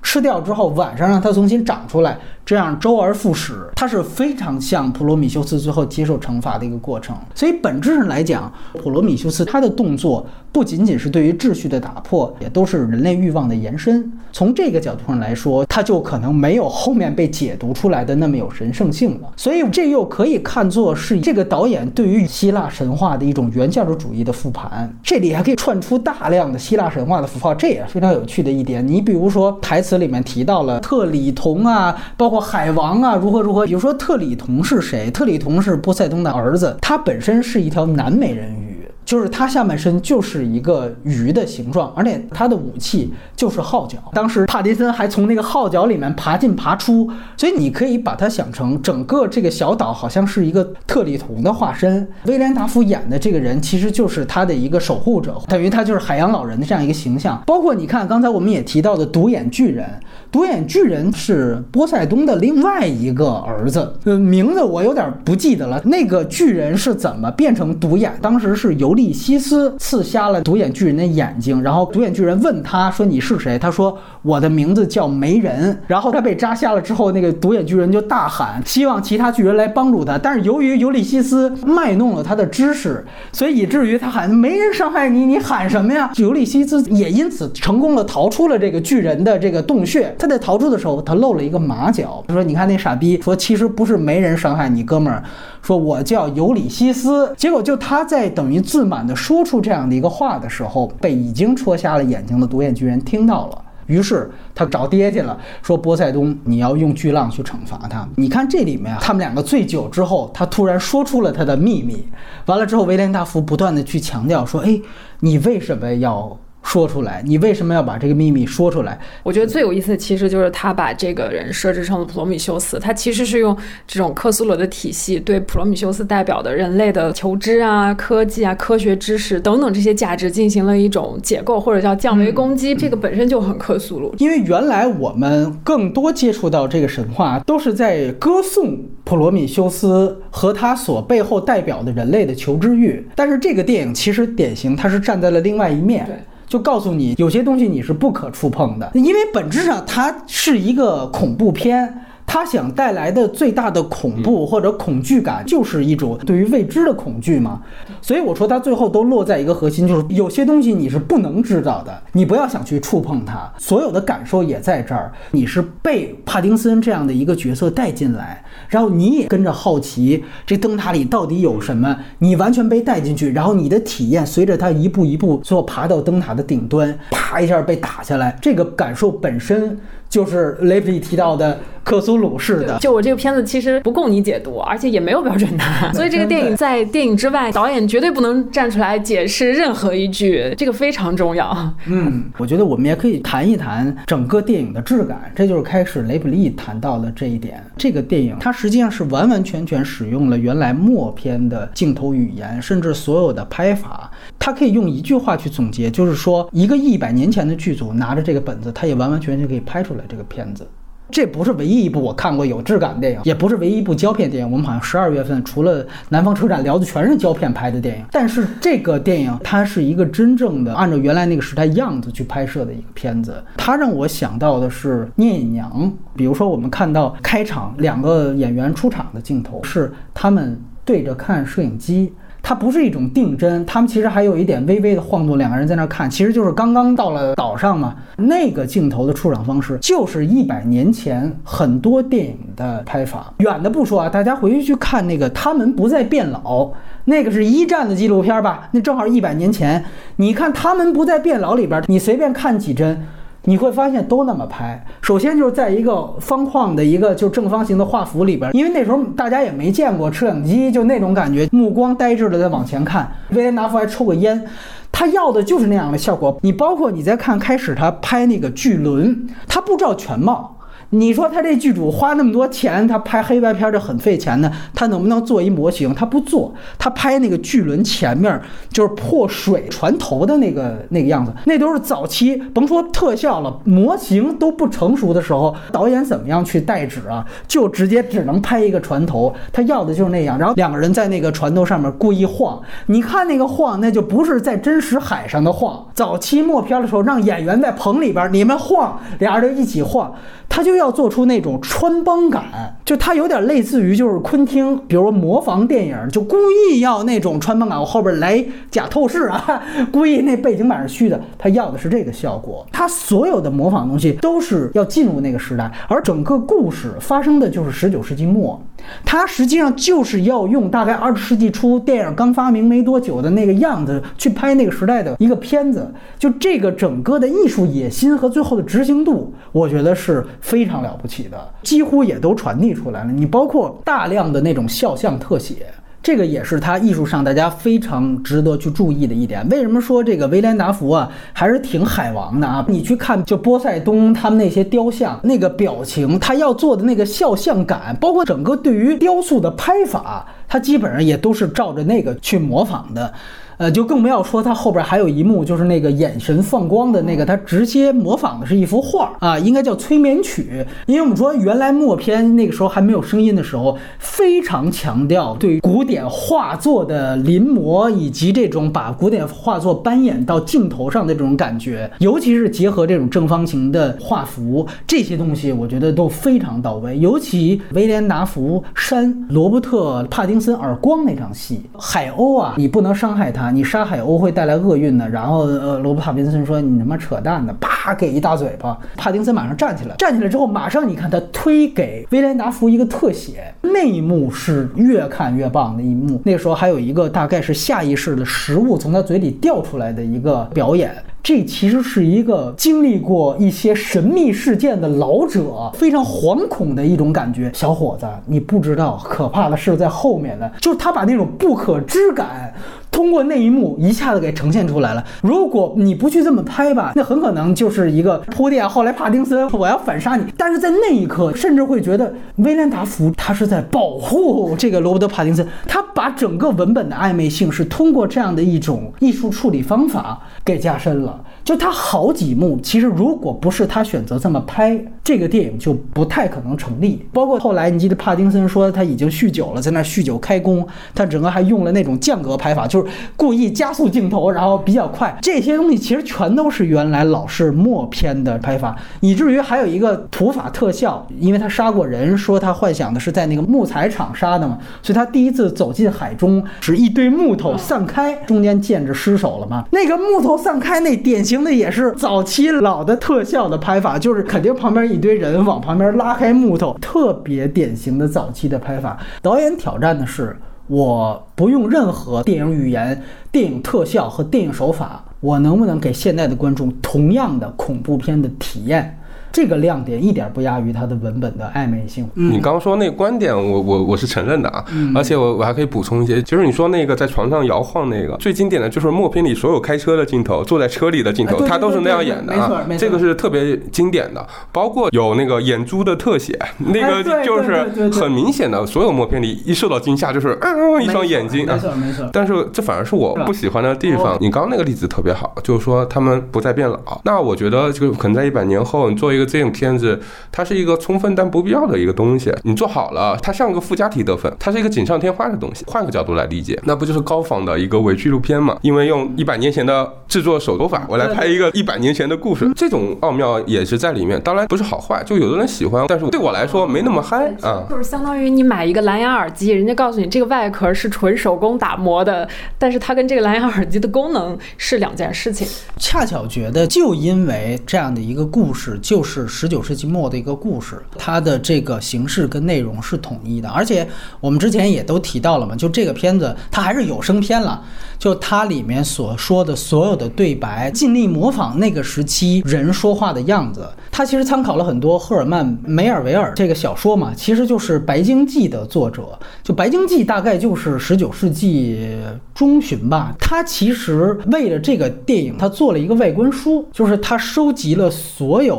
[SPEAKER 4] 吃掉之后晚上让它重新长出来，这样周而复始，它是非常像普罗米修斯最后接受惩罚的一个过程。所以本质上来讲，普罗米修斯他的动作不仅仅是对于秩序的打破，也都是人类欲望的延伸。从这个角度上来说，它就可能没有后面被解读出来的那么有神圣性了。所以这又可以看作是这个导演对于希腊神话的一种原教旨主义的复盘。这里还可以串出大量的希腊神话的符号，这也非常有趣的一点。你比如说台词里面提到了特里同啊，包括海王啊，如何如何。比如说特里同是谁？特里同是波塞冬的儿子，他本身是一条南美人鱼，就是它下半身就是一个鱼的形状，而且它的武器就是号角。当时帕丁森还从那个号角里面爬进爬出，所以你可以把它想成整个这个小岛好像是一个特里同的化身。威廉达福演的这个人其实就是他的一个守护者，等于他就是海洋老人的这样一个形象。包括你看刚才我们也提到的独眼巨人，独眼巨人是波塞冬的另外一个儿子，呃，名字我有点不记得了。那个巨人是怎么变成独眼？当时是尤利西斯刺瞎了独眼巨人的眼睛，然后独眼巨人问他说你是谁？他说我的名字叫梅人。然后他被扎瞎了之后，那个独眼巨人就大喊希望其他巨人来帮助他，但是由于尤利西斯卖弄了他的知识，所以以至于他喊没人伤害你，你喊什么呀？尤利西斯也因此成功的逃出了这个巨人的这个洞穴。他在逃出的时候他露了一个马脚，他说你看那傻逼，说其实不是没人伤害你哥们儿，说我叫尤里西斯。结果就他在等于自满的说出这样的一个话的时候，被已经戳瞎了眼睛的独眼巨人听到了，于是他找爹去了，说波塞冬你要用巨浪去惩罚他。你看这里面啊，他们两个醉酒之后，他突然说出了他的秘密，完了之后威廉大福不断的去强调说，哎，你为什么要说出来？你为什么要把这个秘密说出来？
[SPEAKER 3] 我觉得最有意思的其实就是他把这个人设置成了普罗米修斯，他其实是用这种克苏鲁的体系对普罗米修斯代表的人类的求知啊、科技啊、科学知识等等这些价值进行了一种解构，或者叫降维攻击、嗯、这个本身就很克苏鲁。
[SPEAKER 4] 因为原来我们更多接触到这个神话都是在歌颂普罗米修斯和他所背后代表的人类的求知欲，但是这个电影其实典型它是站在了另外一面，
[SPEAKER 3] 对，
[SPEAKER 4] 就告诉你有些东西你是不可触碰的，因为本质上它是一个恐怖片，它想带来的最大的恐怖或者恐惧感就是一种对于未知的恐惧嘛。所以我说它最后都落在一个核心，就是有些东西你是不能知道的，你不要想去触碰它。所有的感受也在这儿，你是被帕丁森这样的一个角色带进来，然后你也跟着好奇这灯塔里到底有什么，你完全被带进去，然后你的体验随着它一步一步最后爬到灯塔的顶端，啪一下被打下来，这个感受本身就是雷普利提到的克苏鲁式的。
[SPEAKER 3] 就我这个片子其实不供你解读，而且也没有标准答案，所以这个电影在电影之外，导演绝对不能站出来解释任何一句，这个非常重要。
[SPEAKER 4] 嗯，我觉得我们也可以谈一谈整个电影的质感，这就是开始雷普利谈到的这一点。这个电影它实际上是完完全全使用了原来默片的镜头语言，甚至所有的拍法，它可以用一句话去总结，就是说一个一百年前的剧组拿着这个本子，它也完完全全可以拍出来这个片子。这不是唯一一部我看过有质感的电影，也不是唯一一部胶片电影。我们好像十二月份除了南方车站聊的全是胶片拍的电影，但是这个电影它是一个真正的按照原来那个时代样子去拍摄的一个片子。它让我想到的是聂隐娘，比如说我们看到开场两个演员出场的镜头是他们对着看摄影机，它不是一种定帧，他们其实还有一点微微的晃动，两个人在那看，其实就是刚刚到了岛上嘛。那个镜头的出场方式就是一百年前很多电影的拍法。远的不说啊，大家回去去看那个他们不再变老，那个是一战的纪录片吧，那正好一百年前。你看他们不再变老里边，你随便看几帧你会发现都那么拍。首先就是在一个方框的一个就正方形的画幅里边，因为那时候大家也没见过摄影机，就那种感觉，目光呆滞的在往前看。威廉达福还抽个烟，他要的就是那样的效果。你包括你在看开始他拍那个巨轮，他不照全貌， 你说他这剧组花那么多钱，他拍黑白片就很费钱呢，他能不能做一模型？他不做，他拍那个巨轮前面就是破水船头的那个那个样子，那都是早期甭说特效了，模型都不成熟的时候，导演怎么样去代指啊？就直接只能拍一个船头，他要的就是那样，然后两个人在那个船头上面故意晃，你看那个晃，那就不是在真实海上的晃。早期默片的时候，让演员在棚里边，你们晃，俩人就一起晃。他就要做出那种穿帮感，就他有点类似于就是昆汀，比如说模仿电影，就故意要那种穿帮感，我后边来假透视啊，故意那背景板是虚的，他要的是这个效果。他所有的模仿东西都是要进入那个时代，而整个故事发生的就是十九世纪末，他实际上就是要用大概二十世纪初电影刚发明没多久的那个样子去拍那个时代的一个片子，就这个整个的艺术野心和最后的执行度，我觉得是非常了不起的，几乎也都传递出来了。你包括大量的那种肖像特写，这个也是他艺术上大家非常值得去注意的一点。为什么说这个威廉达福啊还是挺海王的啊？你去看就波塞冬他们那些雕像，那个表情，他要做的那个肖像感，包括整个对于雕塑的拍法，他基本上也都是照着那个去模仿的。呃，就更不要说他后边还有一幕，就是那个眼神放光的那个，他直接模仿的是一幅画啊，应该叫催眠曲。因为我们说原来默片那个时候还没有声音的时候，非常强调对古典画作的临摹，以及这种把古典画作搬演到镜头上的这种感觉，尤其是结合这种正方形的画幅，这些东西我觉得都非常到位。尤其威廉达福扇罗伯特帕丁森耳光那场戏，海鸥啊，你不能伤害他，你杀海鸥会带来厄运的。然后呃，罗伯特帕丁森说你他妈扯淡的，啪给一大嘴巴。帕丁森马上站起来，站起来之后马上你看他推给威廉达福一个特写，那一幕是越看越棒的一幕。那个时候还有一个大概是下意识的食物从他嘴里掉出来的一个表演，这其实是一个经历过一些神秘事件的老者非常惶恐的一种感觉。小伙子，你不知道可怕的是在后面的，就是他把那种不可知感通过那一幕一下子给呈现出来了。如果你不去这么拍吧，那很可能就是一个铺垫，后来帕丁森我要反杀你，但是在那一刻甚至会觉得威廉达福他是在保护这个罗伯特帕丁森，他把整个文本的暧昧性是通过这样的一种艺术处理方法给加深了。就他好几幕其实如果不是他选择这么拍，这个电影就不太可能成立。包括后来你记得帕丁森说他已经酗酒了，在那酗酒开工，他整个还用了那种降格拍法，就是故意加速镜头然后比较快，这些东西其实全都是原来老式默片的拍法。以至于还有一个土法特效，因为他杀过人，说他幻想的是在那个木材厂杀的嘛，所以他第一次走进海中是一堆木头散开，中间见着尸首了嘛，那个木头散开那典型的也是早期老的特效的拍法，就是肯定旁边一堆人往旁边拉开木头，特别典型的早期的拍法。导演挑战的是我不用任何电影语言、电影特效和电影手法，我能不能给现在的观众同样的恐怖片的体验？这个亮点一点不亚于它的文本的暧昧性。
[SPEAKER 2] 嗯、你刚刚说那个观点我我我是承认的啊、嗯、而且我我还可以补充一些，就是你说那个在床上摇晃那个最经典的就是默片里所有开车的镜头，坐在车里的镜头，它、哎、都是那样演的啊，这个是特别经典的。包括有那个眼珠的特写，那个就是很明显的，所有默片里一受到惊吓就是嗯一双眼睛啊，
[SPEAKER 4] 没错没错。
[SPEAKER 2] 但是这反而是我不喜欢的地方。你刚刚那个例子特别好，就是说他们不再变老。那我觉得就可能在一百年后，你做一个这种片子，它是一个充分但不必要的一个东西，你做好了它像个附加题得分，它是一个锦上添花的东西。换个角度来理解，那不就是高仿的一个伪纪录片吗？因为用一百年前的制作手法我来拍一个一百年前的故事，这种奥妙也是在里面。当然不是好坏，就有的人喜欢，但是对我来说没那么嗨啊。
[SPEAKER 3] 就是相当于你买一个蓝牙耳机，人家告诉你这个外壳是纯手工打磨的，但是它跟这个蓝牙耳机的功能是两件事情。
[SPEAKER 4] 恰巧觉得就因为这样的一个故事，就是十九世纪末的一个故事，它的这个形式跟内容是统一的。而且我们之前也都提到了嘛，就这个片子它还是有声片了，就它里面所说的所有的对白尽力模仿那个时期人说话的样子。它其实参考了很多赫尔曼梅尔维尔这个小说嘛，其实就是《白鲸记》的作者。就《白鲸记》大概就是十九世纪中旬吧，他其实为了这个电影他做了一个外观书，就是他收集了所有那个时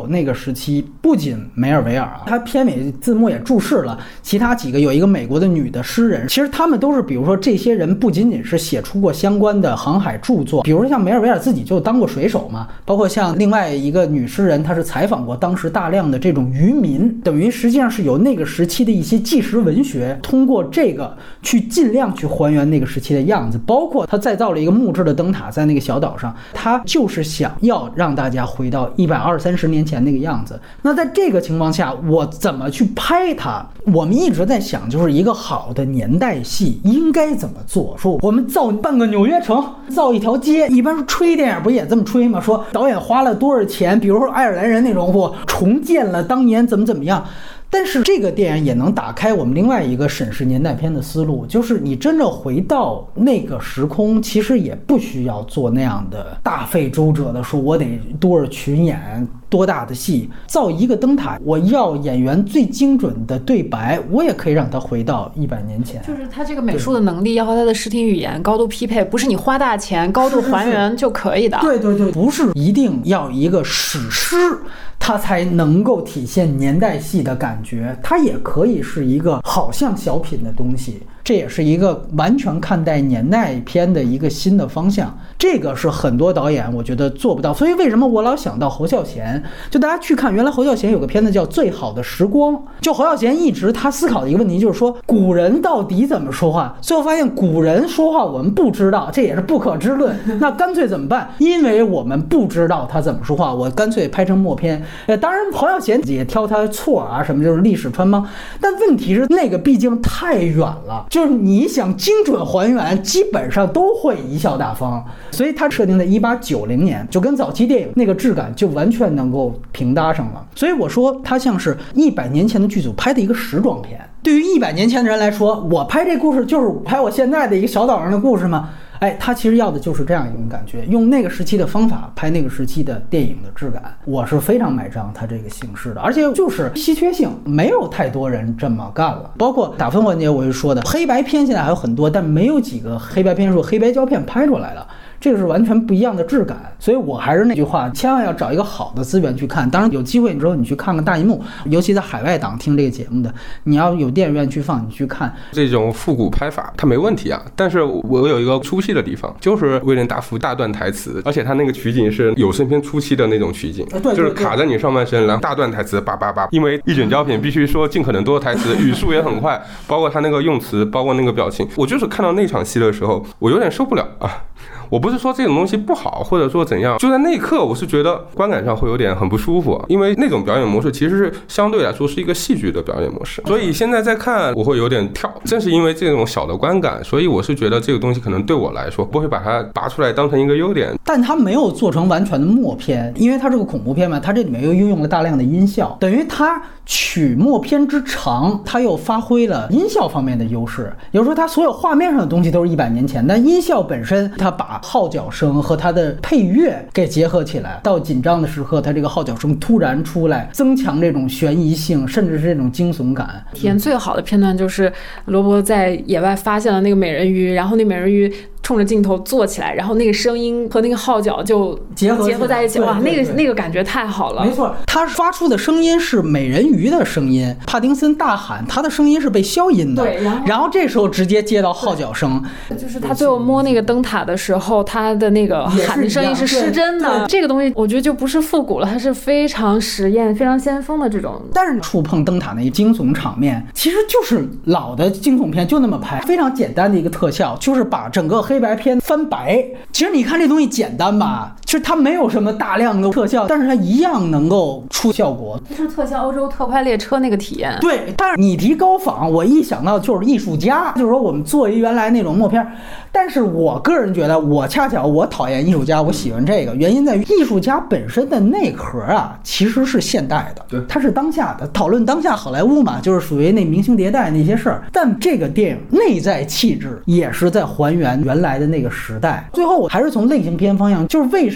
[SPEAKER 4] 时期，不仅梅尔维尔啊，他片尾字幕也注释了其他几个，有一个美国的女的诗人，其实他们都是，比如说这些人不仅仅是写出过相关的航海著作，比如说像梅尔维尔自己就当过水手嘛，包括像另外一个女诗人，她是采访过当时大量的这种渔民，等于实际上是有那个时期的一些纪实文学，通过这个去尽量去还原那个时期的样子，包括他再造了一个木质的灯塔在那个小岛上，他就是想要让大家回到一百二三十年前那个样子。那在这个情况下，我怎么去拍它？我们一直在想，就是一个好的年代戏应该怎么做。说我们造半个纽约城，造一条街，一般说吹电影不也这么吹吗？说导演花了多少钱，比如说爱尔兰人那种，我重建了当年怎么怎么样。但是这个电影也能打开我们另外一个审视年代片的思路，就是你真正回到那个时空，其实也不需要做那样的大费周折的说我得多少群演多大的戏，造一个灯塔，我要演员最精准的对白，我也可以让他回到一百年前。
[SPEAKER 3] 就是他这个美术的能力要和他的视听语言高度匹配，不是你花大钱高度还原就可以的。
[SPEAKER 4] 对对对，不是一定要一个史诗它才能够体现年代戏的感觉，它也可以是一个好像小品的东西，这也是一个完全看待年代片的一个新的方向。这个是很多导演我觉得做不到，所以为什么我老想到侯孝贤，就大家去看，原来侯孝贤有个片子叫《最好的时光》，就侯孝贤一直他思考的一个问题就是说古人到底怎么说话，最后发现古人说话我们不知道，这也是不可知论，那干脆怎么办？因为我们不知道他怎么说话，我干脆拍成默片。呃，当然侯孝贤也挑他错啊，什么就是历史穿帮，但问题是那个毕竟太远了，就是你想精准还原，基本上都会贻笑大方，所以他设定在一八九零年，就跟早期电影那个质感就完全能够平搭上了。所以我说他像是一百年前的剧组拍的一个时装片。对于一百年前的人来说，我拍这故事就是拍我现在的一个小岛上的故事吗？哎，他其实要的就是这样一种感觉，用那个时期的方法拍那个时期的电影的质感，我是非常买账他这个形式的，而且就是稀缺性，没有太多人这么干了。包括打分环节，我就说的黑白片现在还有很多，但没有几个黑白片是黑白胶片拍出来的。这个是完全不一样的质感，所以我还是那句话，千万要找一个好的资源去看。当然有机会之后你去看看大荧幕，尤其在海外党听这个节目的，你要有电影院去放，你去看
[SPEAKER 2] 这种复古拍法它没问题啊。但是我有一个出戏的地方，就是威廉达福大段台词，而且他那个取景是有声片初期的那种取景，就是卡在你上半身，然后大段台词叭叭叭，因为一卷胶片必须说尽可能多的台词，语速也很快，包括他那个用词，包括那个表情，我就是看到那场戏的时候我有点受不了啊。我不是说这种东西不好，或者说怎样，就在那一刻我是觉得观感上会有点很不舒服，因为那种表演模式其实是相对来说是一个戏剧的表演模式，所以现在在看我会有点跳。正是因为这种小的观感，所以我是觉得这个东西可能对我来说不会把它拔出来当成一个优点。
[SPEAKER 4] 但它没有做成完全的默片，因为它是个恐怖片嘛，它这里面又运用了大量的音效，等于它取默片之长，它又发挥了音效方面的优势。也就是说它所有画面上的东西都是一百年前，但音效本身它把号角声和它的配乐给结合起来，到紧张的时刻它这个号角声突然出来，增强这种悬疑性，甚至是这种惊悚感。
[SPEAKER 3] 体验最好的片段就是罗伯在野外发现了那个美人鱼，然后那美人鱼冲着镜头坐起来，然后那个声音和那个号角就结合结合在一起，哇，那个那个感觉太好了。
[SPEAKER 4] 没错，他发出的声音是美人鱼的声音，帕丁森大喊，他的声音是被消音的，
[SPEAKER 3] 对，然后
[SPEAKER 4] 然后这时候直接接到号角声，
[SPEAKER 3] 就是他最后摸那个灯塔的时候，他的那个喊的声音是失真的。这个东西我觉得就不是复古了，它是非常实验、非常先锋的这种。
[SPEAKER 4] 但是触碰灯塔那一惊悚场面，其实就是老的惊悚片就那么拍，非常简单的一个特效，就是把整个黑白片翻白。其实你看这东西简单吧，其实它没有什么大量的特效，但是它一样能够出效果。
[SPEAKER 3] 就是特像欧洲特快列车那个体验。
[SPEAKER 4] 对，但是你提高仿，我一想到就是艺术家，就是说我们做一原来那种默片。但是我个人觉得，我恰巧我讨厌艺术家，我喜欢这个，原因在于艺术家本身的内核啊，其实是现代的，对，它是当下的，讨论当下好莱坞嘛，就是属于那明星迭代那些事儿。但这个电影内在气质也是在还原原来的那个时代。最后我还是从类型片方向，就是为什么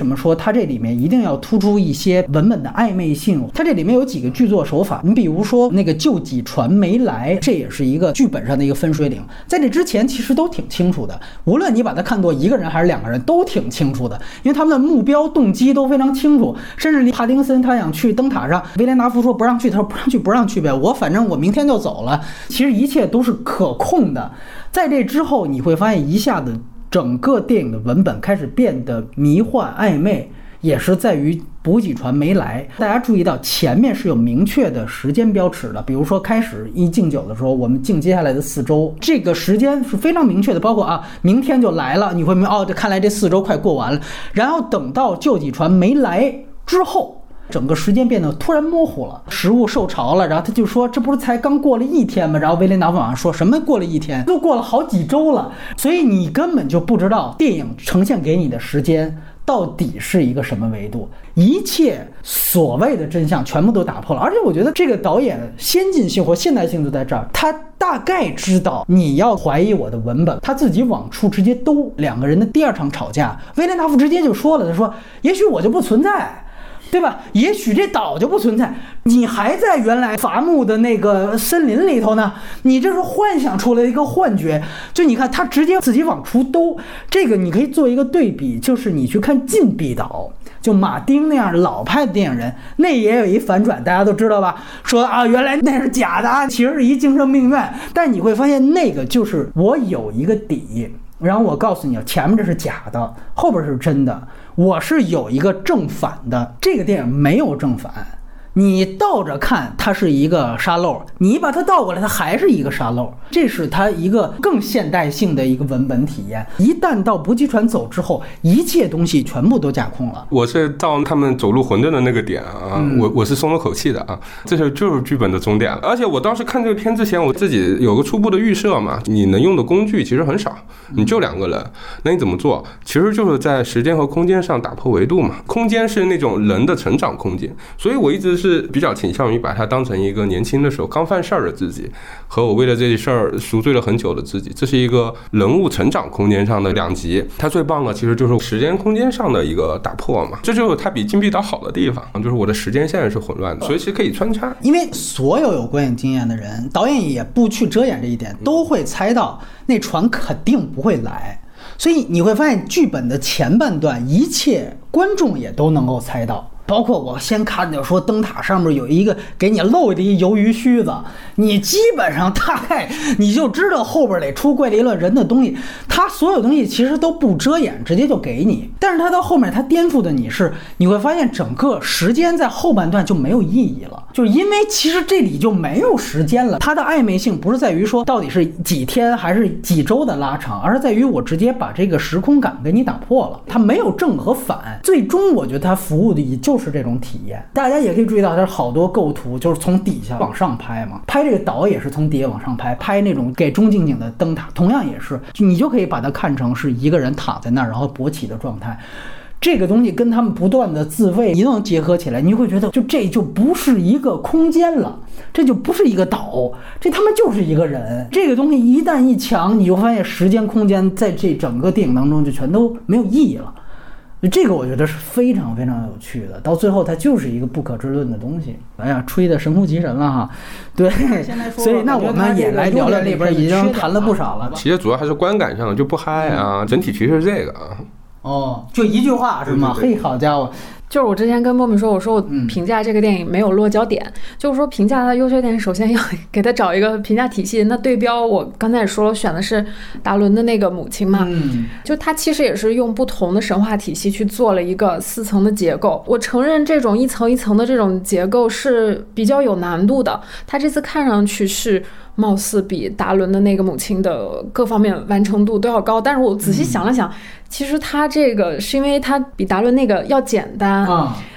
[SPEAKER 4] 么说它这里面一定要突出一些文本的暧昧性？它这里面有几个剧作手法，你比如说那个救济船没来，这也是一个剧本上的一个分水岭。在这之前其实都挺清楚的，无论你把它看作一个人还是两个人，都挺清楚的，因为他们的目标动机都非常清楚。甚至帕丁森他想去灯塔上，威廉达福说不让去，他说不让去不让去呗，我反正我明天就走了。其实一切都是可控的。在这之后你会发现一下子整个电影的文本开始变得迷幻暧昧，也是在于补给船没来。大家注意到前面是有明确的时间标尺的，比如说开始一敬酒的时候，我们敬接下来的四周，这个时间是非常明确的，包括啊明天就来了，你会明白哦，这看来这四周快过完了。然后等到救济船没来之后，整个时间变得突然模糊了，食物受潮了，然后他就说这不是才刚过了一天吗？然后威廉达夫马上说什么过了一天，都过了好几周了，所以你根本就不知道电影呈现给你的时间到底是一个什么维度，一切所谓的真相全部都打破了。而且我觉得这个导演先进性或现代性就在这儿，他大概知道你要怀疑我的文本，他自己往出直接兜。两个人的第二场吵架，威廉达夫直接就说了，他说也许我就不存在，对吧？也许这岛就不存在，你还在原来伐木的那个森林里头呢，你这是幻想出来的一个幻觉。就你看他直接自己往出兜，这个你可以做一个对比，就是你去看禁闭岛，就马丁那样老派的电影人，那也有一反转，大家都知道吧？说啊原来那是假的，其实是一精神病院。但你会发现那个就是我有一个底，然后我告诉你前面这是假的，后边是真的，我是有一个正反的。这个电影没有正反，你倒着看它是一个沙漏，你把它倒过来它还是一个沙漏，这是它一个更现代性的一个文本体验。一旦到补给船走之后，一切东西全部都架空了。
[SPEAKER 2] 我是到他们走入混沌的那个点啊，嗯、我我是松了口气的啊，这是就是剧本的终点了。而且我当时看这个片之前，我自己有个初步的预设嘛，你能用的工具其实很少，你就两个人，那你怎么做？其实就是在时间和空间上打破维度嘛。空间是那种人的成长空间，所以我一直是是比较倾向于把它当成一个年轻的时候刚犯事儿的自己，和我为了这事儿赎罪了很久的自己，这是一个人物成长空间上的两极。它最棒的其实就是时间空间上的一个打破嘛，这就是它比禁闭岛好的地方，就是我的时间线是混乱的，随时可以穿插。
[SPEAKER 4] 因为所有有观影经验的人，导演也不去遮掩这一点，都会猜到那船肯定不会来。所以你会发现剧本的前半段一切观众也都能够猜到，包括我先看着说灯塔上面有一个给你露的一鱿鱼须子，你基本上大概你就知道后边得出怪力乱神的东西。他所有东西其实都不遮掩，直接就给你。但是他到后面他颠覆的你是，你会发现整个时间在后半段就没有意义了，就是因为其实这里就没有时间了。它的暧昧性不是在于说到底是几天还是几周的拉长，而是在于我直接把这个时空感给你打破了。它没有正和反，最终我觉得它服务的也就是这种体验。大家也可以注意到，它好多构图就是从底下往上拍嘛，拍这个岛也是从底下往上拍，拍那种给中近景的灯塔，同样也是，你就可以把它看成是一个人躺在那儿然后勃起的状态。这个东西跟他们不断的自慰一能结合起来，你会觉得就这就不是一个空间了，这就不是一个岛，这他妈就是一个人。这个东西一旦一强，你就发现时间空间在这整个电影当中就全都没有意义了。这个我觉得是非常非常有趣的，到最后它就是一个不可知论的东西。哎呀，吹的神乎其神了哈。对，所以那我们也来聊聊里边已经谈了不少了。
[SPEAKER 2] 其实主要还是观感上就不嗨啊，整体其实是这个啊。
[SPEAKER 4] 哦，就一句话是吗？嘿，好家伙！
[SPEAKER 3] 就是我之前跟莫米说，我说我评价这个电影没有落脚点，嗯、就是说评价它的优缺点，首先要给它找一个评价体系。那对标我刚才也说了，选的是达伦的那个母亲嘛，嗯、就他其实也是用不同的神话体系去做了一个四层的结构。我承认这种一层一层的这种结构是比较有难度的，他这次看上去是貌似比达伦的那个母亲的各方面完成度都要高，但是我仔细想了想，嗯、其实他这个是因为他比达伦那个要简单。啊，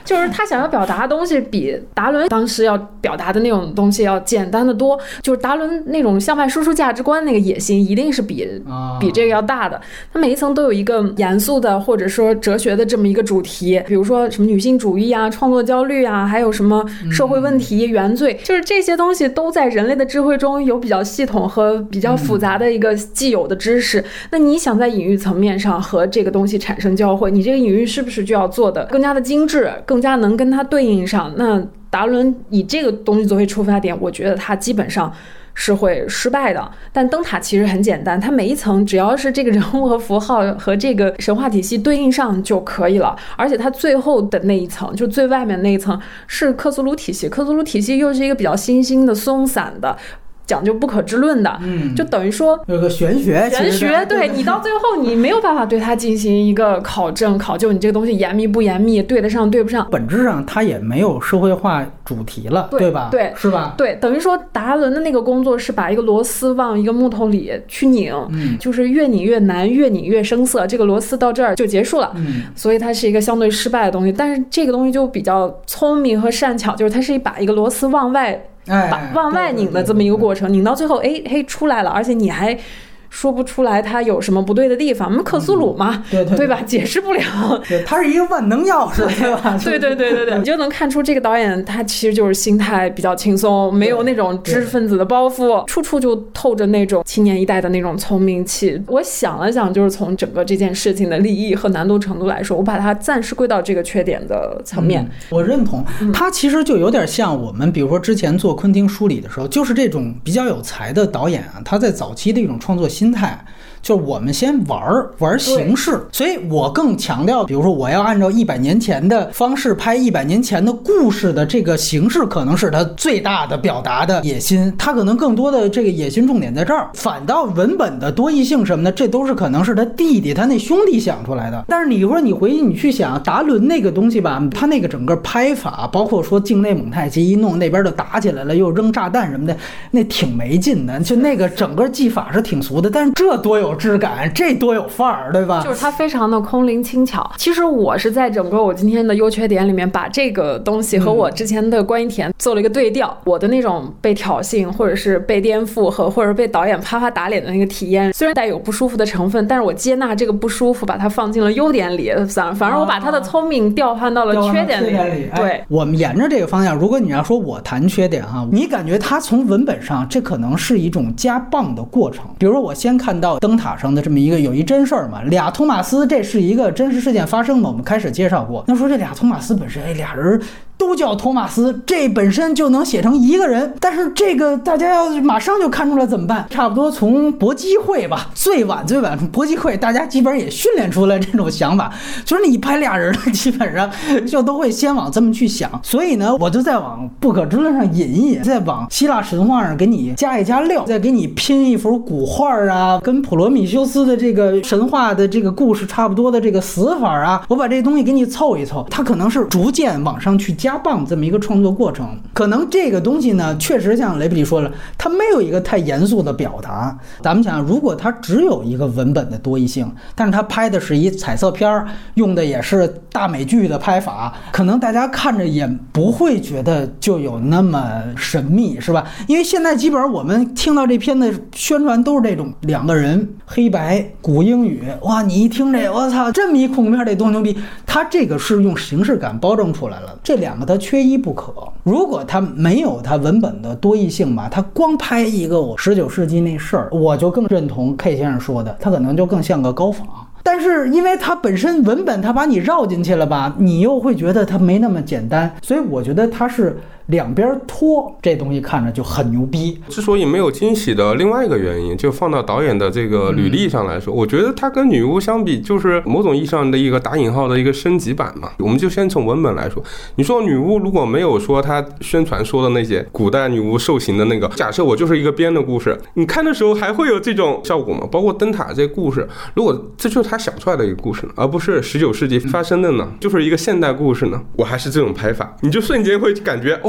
[SPEAKER 3] 就是他想要表达的东西比达伦当时要表达的那种东西要简单的多，就是达伦那种向外输出价值观那个野心一定是比、啊、比这个要大的。他每一层都有一个严肃的或者说哲学的这么一个主题，比如说什么女性主义啊、创作焦虑啊，还有什么社会问题、嗯、原罪，就是这些东西都在人类的智慧中有比较系统和比较复杂的一个既有的知识、嗯、那你想在隐喻层面上和这个东西产生交汇，你这个隐喻是不是就要做的更加的精致，更加能跟它对应上？那达伦以这个东西作为出发点，我觉得他基本上是会失败的。但灯塔其实很简单，它每一层只要是这个人物和符号和这个神话体系对应上就可以了，而且它最后的那一层，就最外面那一层是克苏鲁体系，克苏鲁体系又是一个比较新兴的松散的讲究不可知论的，嗯，就等于说
[SPEAKER 4] 有个玄学，
[SPEAKER 3] 玄学，对你到最后你没有办法对它进行一个考证考究，你这个东西严密不严密，对得上对不上，
[SPEAKER 4] 本质上它也没有社会化主题了， 对,
[SPEAKER 3] 对
[SPEAKER 4] 吧？
[SPEAKER 3] 对，
[SPEAKER 4] 是吧？
[SPEAKER 3] 对，等于说达伦的那个工作是把一个螺丝往一个木头里去拧，嗯，就是越拧越难，越拧越生涩，这个螺丝到这儿就结束了，嗯，所以它是一个相对失败的东西。但是这个东西就比较聪明和善巧，就是它是把一个螺丝往外。把往外拧的这么一个过程，拧到最后，哎嘿出来了，而且你还说不出来它有什么不对的地方。我们克苏鲁嘛，嗯、对, 对, 对吧？解释不了。
[SPEAKER 4] 对，它是一个万能钥匙，对吧？
[SPEAKER 3] 对对对对对，你就能看出这个导演他其实就是心态比较轻松，没有那种知识分子的包袱，处处就透着那种青年一代的那种聪明气。我想了想，就是从整个这件事情的利益和难度程度来说，我把它暂时归到这个缺点的层面。
[SPEAKER 4] 嗯、我认同，它其实就有点像我们，比如说之前做昆汀梳理的时候，就是这种比较有才的导演啊，他在早期的一种创作心态。就是我们先玩玩形式，所以我更强调，比如说我要按照一百年前的方式拍一百年前的故事的这个形式，可能是他最大的表达的野心，他可能更多的这个野心重点在这儿。反倒文本的多义性什么的，这都是可能是他弟弟他那兄弟想出来的。但是你说你回去你去想达伦那个东西吧，他那个整个拍法，包括说境内蒙太奇一弄那边就打起来了，又扔炸弹什么的，那挺没劲的。就那个整个技法是挺俗的，但是这多有质感，这多有范儿，对吧？
[SPEAKER 3] 就是它非常的空灵轻巧。其实我是在整个我今天的优缺点里面，把这个东西和我之前的观影体验做了一个对调。我的那种被挑衅，或者是被颠覆和或者被导演啪啪打脸的那个体验，虽然带有不舒服的成分，但是我接纳这个不舒服，把它放进了优点里，反反而我把它的聪明调换到了缺点里。
[SPEAKER 4] 里
[SPEAKER 3] 对、
[SPEAKER 4] 哎，我们沿着这个方向，如果你要说我谈缺点哈，你感觉它从文本上，这可能是一种加棒的过程。比如说我先看到灯塔上的这么一个有一真事儿嘛，俩托马斯，这是一个真实事件发生嘛，我们开始介绍过。那说这俩托马斯本身，哎，俩人都叫托马斯，这本身就能写成一个人，但是这个大家要马上就看出来怎么办？差不多从搏击会吧，最晚最晚从搏击会，大家基本上也训练出来这种想法，就是你拍俩人基本上就都会先往这么去想。所以呢，我就再往不可知论上引一引，再往希腊神话上给你加一加料，再给你拼一幅古画啊，跟普罗米修斯的这个神话的这个故事差不多的这个死法啊，我把这东西给你凑一凑，它可能是逐渐往上去加棒这么一个创作过程。可能这个东西呢，确实像雷布里说了，它没有一个太严肃的表达。咱们想，如果它只有一个文本的多义性，但是它拍的是一彩色片，用的也是大美剧的拍法，可能大家看着也不会觉得就有那么神秘，是吧？因为现在基本上我们听到这片的宣传都是这种两个人黑白古英语，哇，你一听这我操，这么一恐怖片得多牛逼！它这个是用形式感包装出来了，这两个它缺一不可。如果它没有它文本的多义性吧，它光拍一个我十九世纪那事儿，我就更认同 K 先生说的，它可能就更像个高仿。但是因为它本身文本它把你绕进去了吧，你又会觉得它没那么简单，所以我觉得它是两边拖，这东西看着就很牛逼。
[SPEAKER 2] 之所以没有惊喜的另外一个原因，就放到导演的这个履历上来说，嗯、我觉得它跟女巫相比，就是某种意义上的一个打引号的一个升级版嘛。我们就先从文本来说，你说女巫如果没有说她宣传说的那些古代女巫受刑的那个，假设我就是一个编的故事，你看的时候还会有这种效果吗？包括灯塔这个故事，如果这就是他想出来的一个故事呢，而不是十九世纪发生的呢，就是一个现代故事呢，我还是这种拍法，你就瞬间会感觉哇，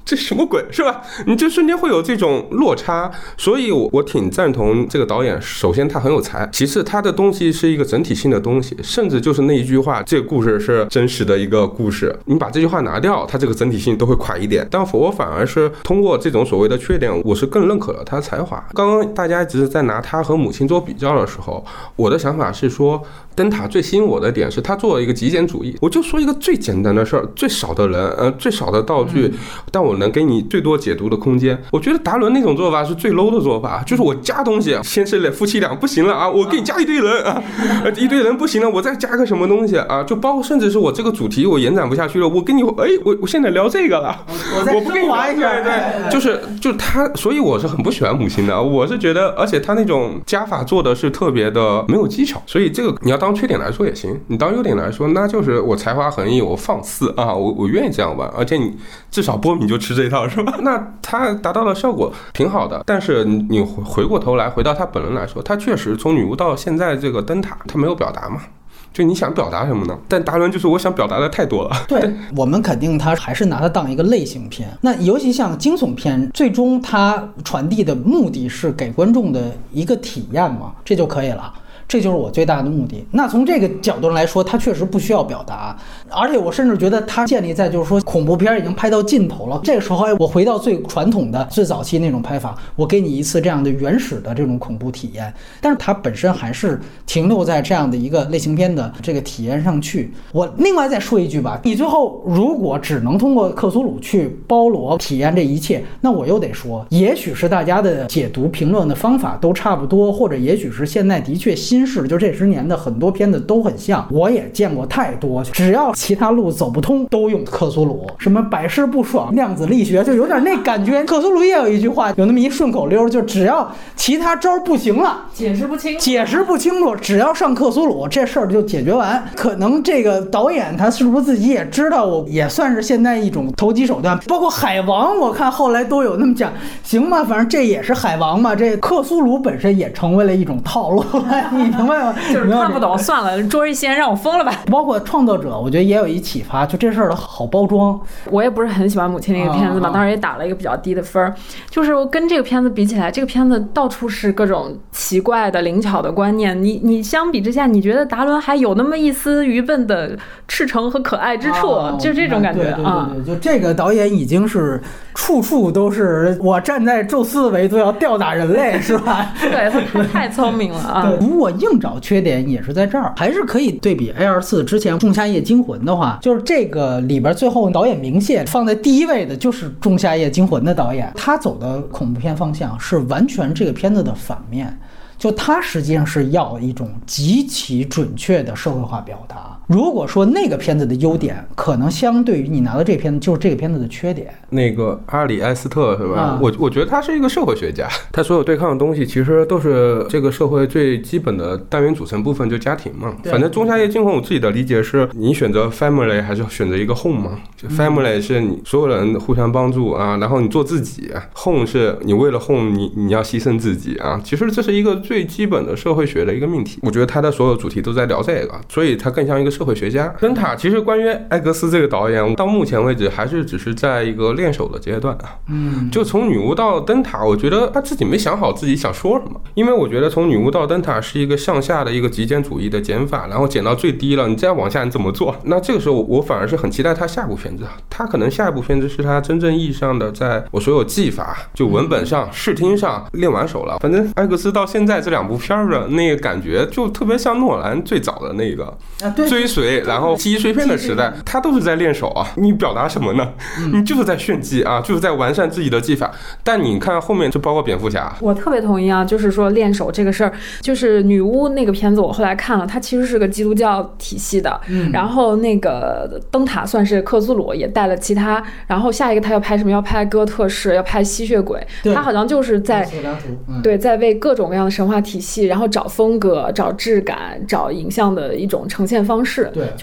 [SPEAKER 2] 这什么鬼是吧？你就瞬间会有这种落差，所以我我挺赞同这个导演。首先他很有才，其次他的东西是一个整体性的东西，甚至就是那一句话，这个故事是真实的一个故事，你把这句话拿掉，他这个整体性都会垮一点。但我反而是通过这种所谓的缺点，我是更认可了他的才华。刚刚大家只是在拿他和母亲做比较的时候，我的想法是说，灯塔最吸引我的点是他做了一个极简主义。我就说一个最简单的事儿，最少的人，呃，最少的道具，但我能给你最多解读的空间。我觉得达伦那种做法是最 low 的做法，就是我加东西，先是夫妻俩不行了啊，我给你加一堆人啊，一堆人不行了，我再加个什么东西啊，就包括甚至是我这个主题我延展不下去了，我跟你哎，我我现在聊这个了，
[SPEAKER 4] 我不跟你玩一下，
[SPEAKER 2] 对对，就是就是他，所以我是很不喜欢母亲的，我是觉得，而且他那种加法做的是特别的没有技巧，所以这个你要当缺点来说也行，你当优点来说，那就是我才华横溢，我放肆啊，我我愿意这样玩，而且你至少波米就吃这一套是吧？那他达到了效果挺好的，但是你回过头来回到他本人来说，他确实从女巫到现在这个灯塔，他没有表达嘛。就你想表达什么呢？但达伦就是我想表达的太多了。
[SPEAKER 4] 对，我们肯定他还是拿它当一个类型片。那尤其像惊悚片，最终它传递的目的是给观众的一个体验嘛，这就可以了。这就是我最大的目的。那从这个角度来说，它确实不需要表达，而且我甚至觉得它建立在就是说恐怖片已经拍到尽头了，这个时候我回到最传统的最早期那种拍法，我给你一次这样的原始的这种恐怖体验，但是它本身还是停留在这样的一个类型片的这个体验上去。我另外再说一句吧，你最后如果只能通过克苏鲁去包罗体验这一切，那我又得说，也许是大家的解读评论的方法都差不多，或者也许是现在的确新是就这十年的很多片子都很像，我也见过太多，只要其他路走不通都用克苏鲁，什么百试不爽、量子力学，就有点那感觉。克苏鲁也有一句话，有那么一顺口溜，就只要其他招不行了，
[SPEAKER 3] 解释不清，
[SPEAKER 4] 解释不清楚，只要上克苏鲁，这事儿就解决完。可能这个导演他是不是自己也知道，我也算是现在一种投机手段。包括海王，我看后来都有那么讲，行吧，反正这也是海王嘛，这克苏鲁本身也成为了一种套路了，你明白吗？
[SPEAKER 3] 就是看不懂，算了，捉一仙让我疯了吧。
[SPEAKER 4] 包括创作者，我觉得也有一启发，就这事儿的好包装。
[SPEAKER 3] 我也不是很喜欢母亲那个片子嘛，当时也打了一个比较低的分。就是跟这个片子比起来，这个片子到处是各种奇怪的、灵巧的观念。你你相比之下，你觉得达伦还有那么一丝愚笨的赤诚和可爱之处，哦、就这种感觉啊。
[SPEAKER 4] 对对对，就这个导演已经是处处都是我站在宙斯维度要吊打人类，是吧？
[SPEAKER 3] 对，他太聪明了啊。
[SPEAKER 4] 对，如果硬找缺点也是在这儿，还是可以对比 A 二十四 之前《仲夏夜惊魂》的话，就是这个里边最后导演明谢放在第一位的就是《仲夏夜惊魂》的导演，他走的恐怖片方向是完全这个片子的反面。就它实际上是要一种极其准确的社会化表达。如果说那个片子的优点，可能相对于你拿到这片子就是这个片子的缺点。
[SPEAKER 2] 那个阿里埃斯特是吧？
[SPEAKER 4] 啊、
[SPEAKER 2] 我我觉得他是一个社会学家，他所有对抗的东西其实都是这个社会最基本的单元组成部分，就家庭嘛。反正《仲夏夜惊魂》我自己的理解是，你选择 family 还是选择一个 home 嘛？就 family 是你所有人互相帮助啊，然后你做自己 ，home 是你为了 home 你你要牺牲自己啊。其实这是一个最基本的社会学的一个命题。我觉得他的所有主题都在聊这个，所以他更像一个社会学家。灯塔其实关于艾格斯这个导演，到目前为止还是只是在一个练手的阶段啊。
[SPEAKER 4] 嗯，
[SPEAKER 2] 就从女巫到灯塔，我觉得他自己没想好自己想说什么，因为我觉得从女巫到灯塔是一个向下的一个极简主义的减法，然后减到最低了，你再往下你怎么做？那这个时候我反而是很期待他下一部片子，他可能下一部片子是他真正意义上的在我所有技法就文本上视听上练完手了。反正艾格斯到现在这两部片的那个感觉就特别像诺兰最早的那个追随然后记忆碎片的时代，他都是在练手啊。你表达什么呢？你就是在炫技啊，就是在完善自己的技法。但你看后面就包括蝙蝠侠，
[SPEAKER 3] 我特别同意啊，就是说练手这个事儿，就是女巫那个片子我后来看了，它其实是个基督教体系的，嗯，然后那个灯塔算是克苏鲁也带了其他，然后下一个他要拍什么？要拍哥特式，要拍吸血鬼，他好像就是在、嗯、对在为各种各样的神话体系，然后找风格、找质感、找影像的一种呈现方式，
[SPEAKER 4] 对，
[SPEAKER 3] 就是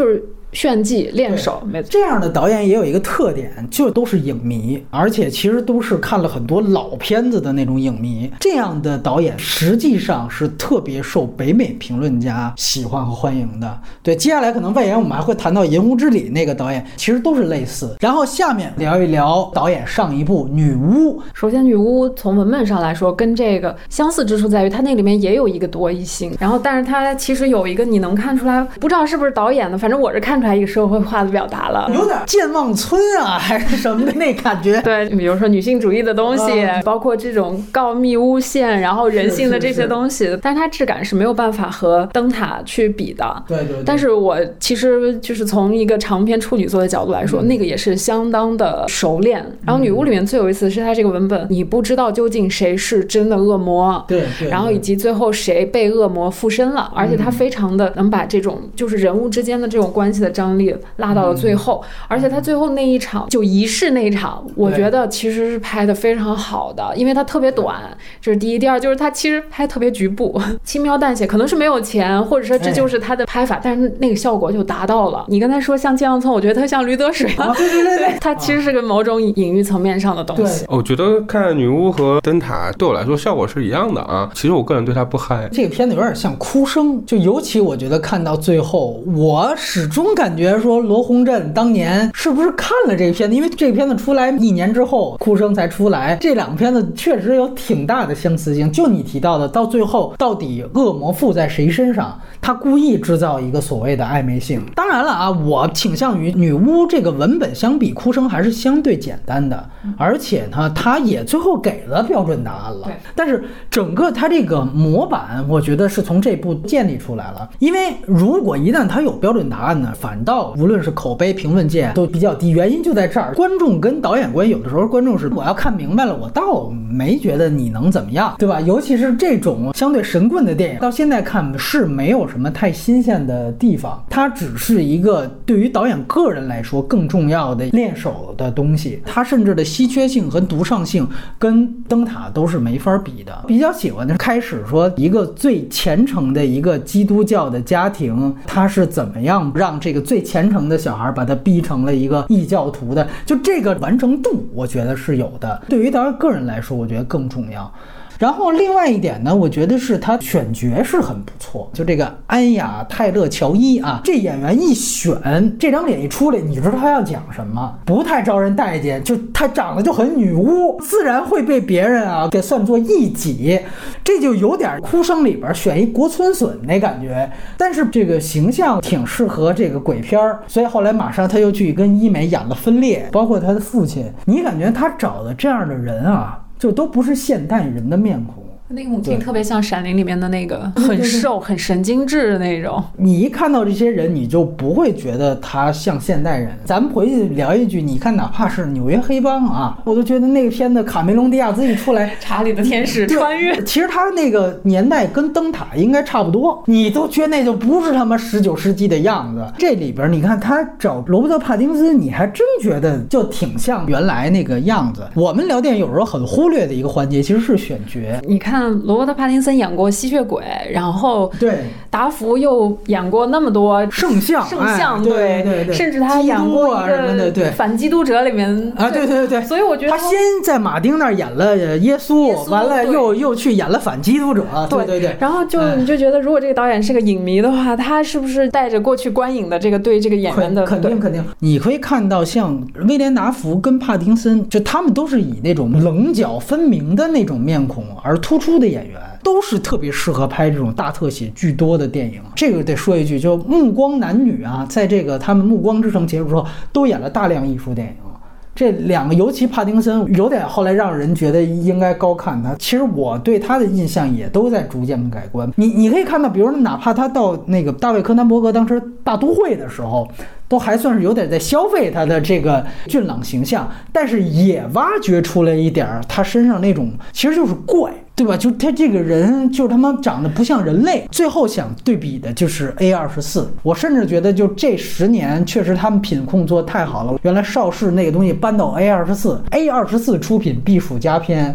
[SPEAKER 3] 炫技练手。
[SPEAKER 4] 这样的导演也有一个特点，就都是影迷，而且其实都是看了很多老片子的那种影迷。这样的导演实际上是特别受北美评论家喜欢和欢迎的。对，接下来可能外延我们还会谈到《银湖之里》那个导演，其实都是类似。然后下面聊一聊导演上一部《女巫》。
[SPEAKER 3] 首先，《女巫》从文本上来说，跟这个相似之处在于它那里面也有一个多异性，然后但是它其实有一个你能看出来，不知道是不是导演的，反正我是看出来一个社会化的表达了，
[SPEAKER 4] 有点健忘村啊还是什么的那感觉。
[SPEAKER 3] 对，比如说女性主义的东西，啊、包括这种告密诬陷，然后人性的这些东西，是是是，但是它质感是没有办法和灯塔去比的。
[SPEAKER 4] 对 对, 对。
[SPEAKER 3] 但是我其实就是从一个长篇处女作的角度来说，嗯、那个也是相当的熟练。然后《女巫》里面最有意思的是它这个文本，你不知道究竟谁是真的恶魔，
[SPEAKER 4] 对 对, 对。
[SPEAKER 3] 然后以及最后谁被恶魔附身了，而且它非常的能把这种就是人物之间的这种关系的张力拉到了最后，嗯、而且它最后那一场就仪式那一场，我觉得其实是拍的非常好的，因为它特别短，这是第一。第二就是它其实拍特别局部，轻描淡写，可能是没有钱，或者说这就是它的拍法，哎、但是那个效果就达到了。你刚才说像健忘村，我觉得它像驴得水，
[SPEAKER 4] 啊、对对对对，
[SPEAKER 3] 它其实是个某种隐喻层面上的东西。
[SPEAKER 2] 我觉得看女巫和灯塔对我来说效果是一样的啊。其实我个人对它不嗨。
[SPEAKER 4] 这个片子有点像哭声，就尤其我觉得看到最后，我始终感觉说罗洪镇当年是不是看了这个片子，因为这个片子出来一年之后，哭声才出来，这两个片子确实有挺大的相似性。就你提到的，到最后到底恶魔附在谁身上，他故意制造一个所谓的暧昧性。当然了啊，我倾向于女巫这个文本相比哭声还是相对简单的，而且呢，他也最后给了标准答案了。但是整个他这个模板，我觉得是从这部建立出来了。因为如果一旦他有标准答案呢，反倒无论是口碑评论界都比较低，原因就在这儿。观众跟导演关系，有的时候观众是我要看明白了，我倒没觉得你能怎么样，对吧？尤其是这种相对神棍的电影，到现在看是没有什么太新鲜的地方，它只是一个对于导演个人来说更重要的练手的东西，它甚至的稀缺性和独创性跟灯塔都是没法比的。比较喜欢的是开始说一个最虔诚的一个基督教的家庭，他是怎么样让这个最虔诚的小孩把他逼成了一个异教徒的，就这个完成度我觉得是有的，对于导演个人来说我觉得更重要。然后另外一点呢，我觉得是他选角是很不错，就这个安雅泰勒乔伊啊，这演员一选，这张脸一出来，你知道他要讲什么，不太招人待见，就他长得就很女巫，自然会被别人啊给算作异己，这就有点哭声里边选一国村隼那感觉。但是这个形象挺适合这个鬼片，所以后来马上他又去跟医美演了分裂，包括他的父亲，你感觉他找的这样的人啊，就都不是现代人的面孔。
[SPEAKER 3] 那个母亲特别像《闪灵》里面的那个很瘦很神经质的那种，
[SPEAKER 4] 你一看到这些人你就不会觉得他像现代人。咱们回去聊一句，你看哪怕是纽约黑帮啊，我都觉得那个片子卡梅隆迪亚兹一出来，
[SPEAKER 3] 查理的天使穿越，
[SPEAKER 4] 其实他那个年代跟灯塔应该差不多，你都觉得那就不是他妈十九世纪的样子。这里边你看他找罗伯特帕丁森，你还真觉得就挺像原来那个样子。我们聊电影有时候很忽略的一个环节其实是选角。
[SPEAKER 3] 你看罗伯特帕丁森演过吸血鬼，然后
[SPEAKER 4] 对
[SPEAKER 3] 达福又演过那么多
[SPEAKER 4] 圣像
[SPEAKER 3] 圣像、
[SPEAKER 4] 哎、对对对，
[SPEAKER 3] 甚至他演过一个反基督者里面
[SPEAKER 4] 啊，对对对，
[SPEAKER 3] 所以我觉得
[SPEAKER 4] 他先在马丁那儿演了耶稣，耶稣完了又又去演了反基督者，对对对。
[SPEAKER 3] 然后就、哎、你就觉得，如果这个导演是个影迷的话，他是不是带着过去观影的这个对这个演员的
[SPEAKER 4] 肯定肯定，你可以看到像威廉达福跟帕丁森，就他们都是以那种棱角分明的那种面孔而突出的演员，都是特别适合拍这种大特写巨多的电影。这个得说一句，就暮光男女啊，在这个他们暮光之城结束之后都演了大量艺术电影。这两个尤其帕丁森有点后来让人觉得应该高看他，其实我对他的印象也都在逐渐改观。你你可以看到，比如哪怕他到那个大卫柯南伯格当时大都会的时候，都还算是有点在消费他的这个俊朗形象，但是也挖掘出来一点他身上那种其实就是怪，对吧？就他这个人就是他妈长得不像人类。最后想对比的就是 A 二十四， 我甚至觉得就这十年确实他们品控做太好了。原来邵氏那个东西搬到 A 二十四 A 二十四出品避暑佳片，我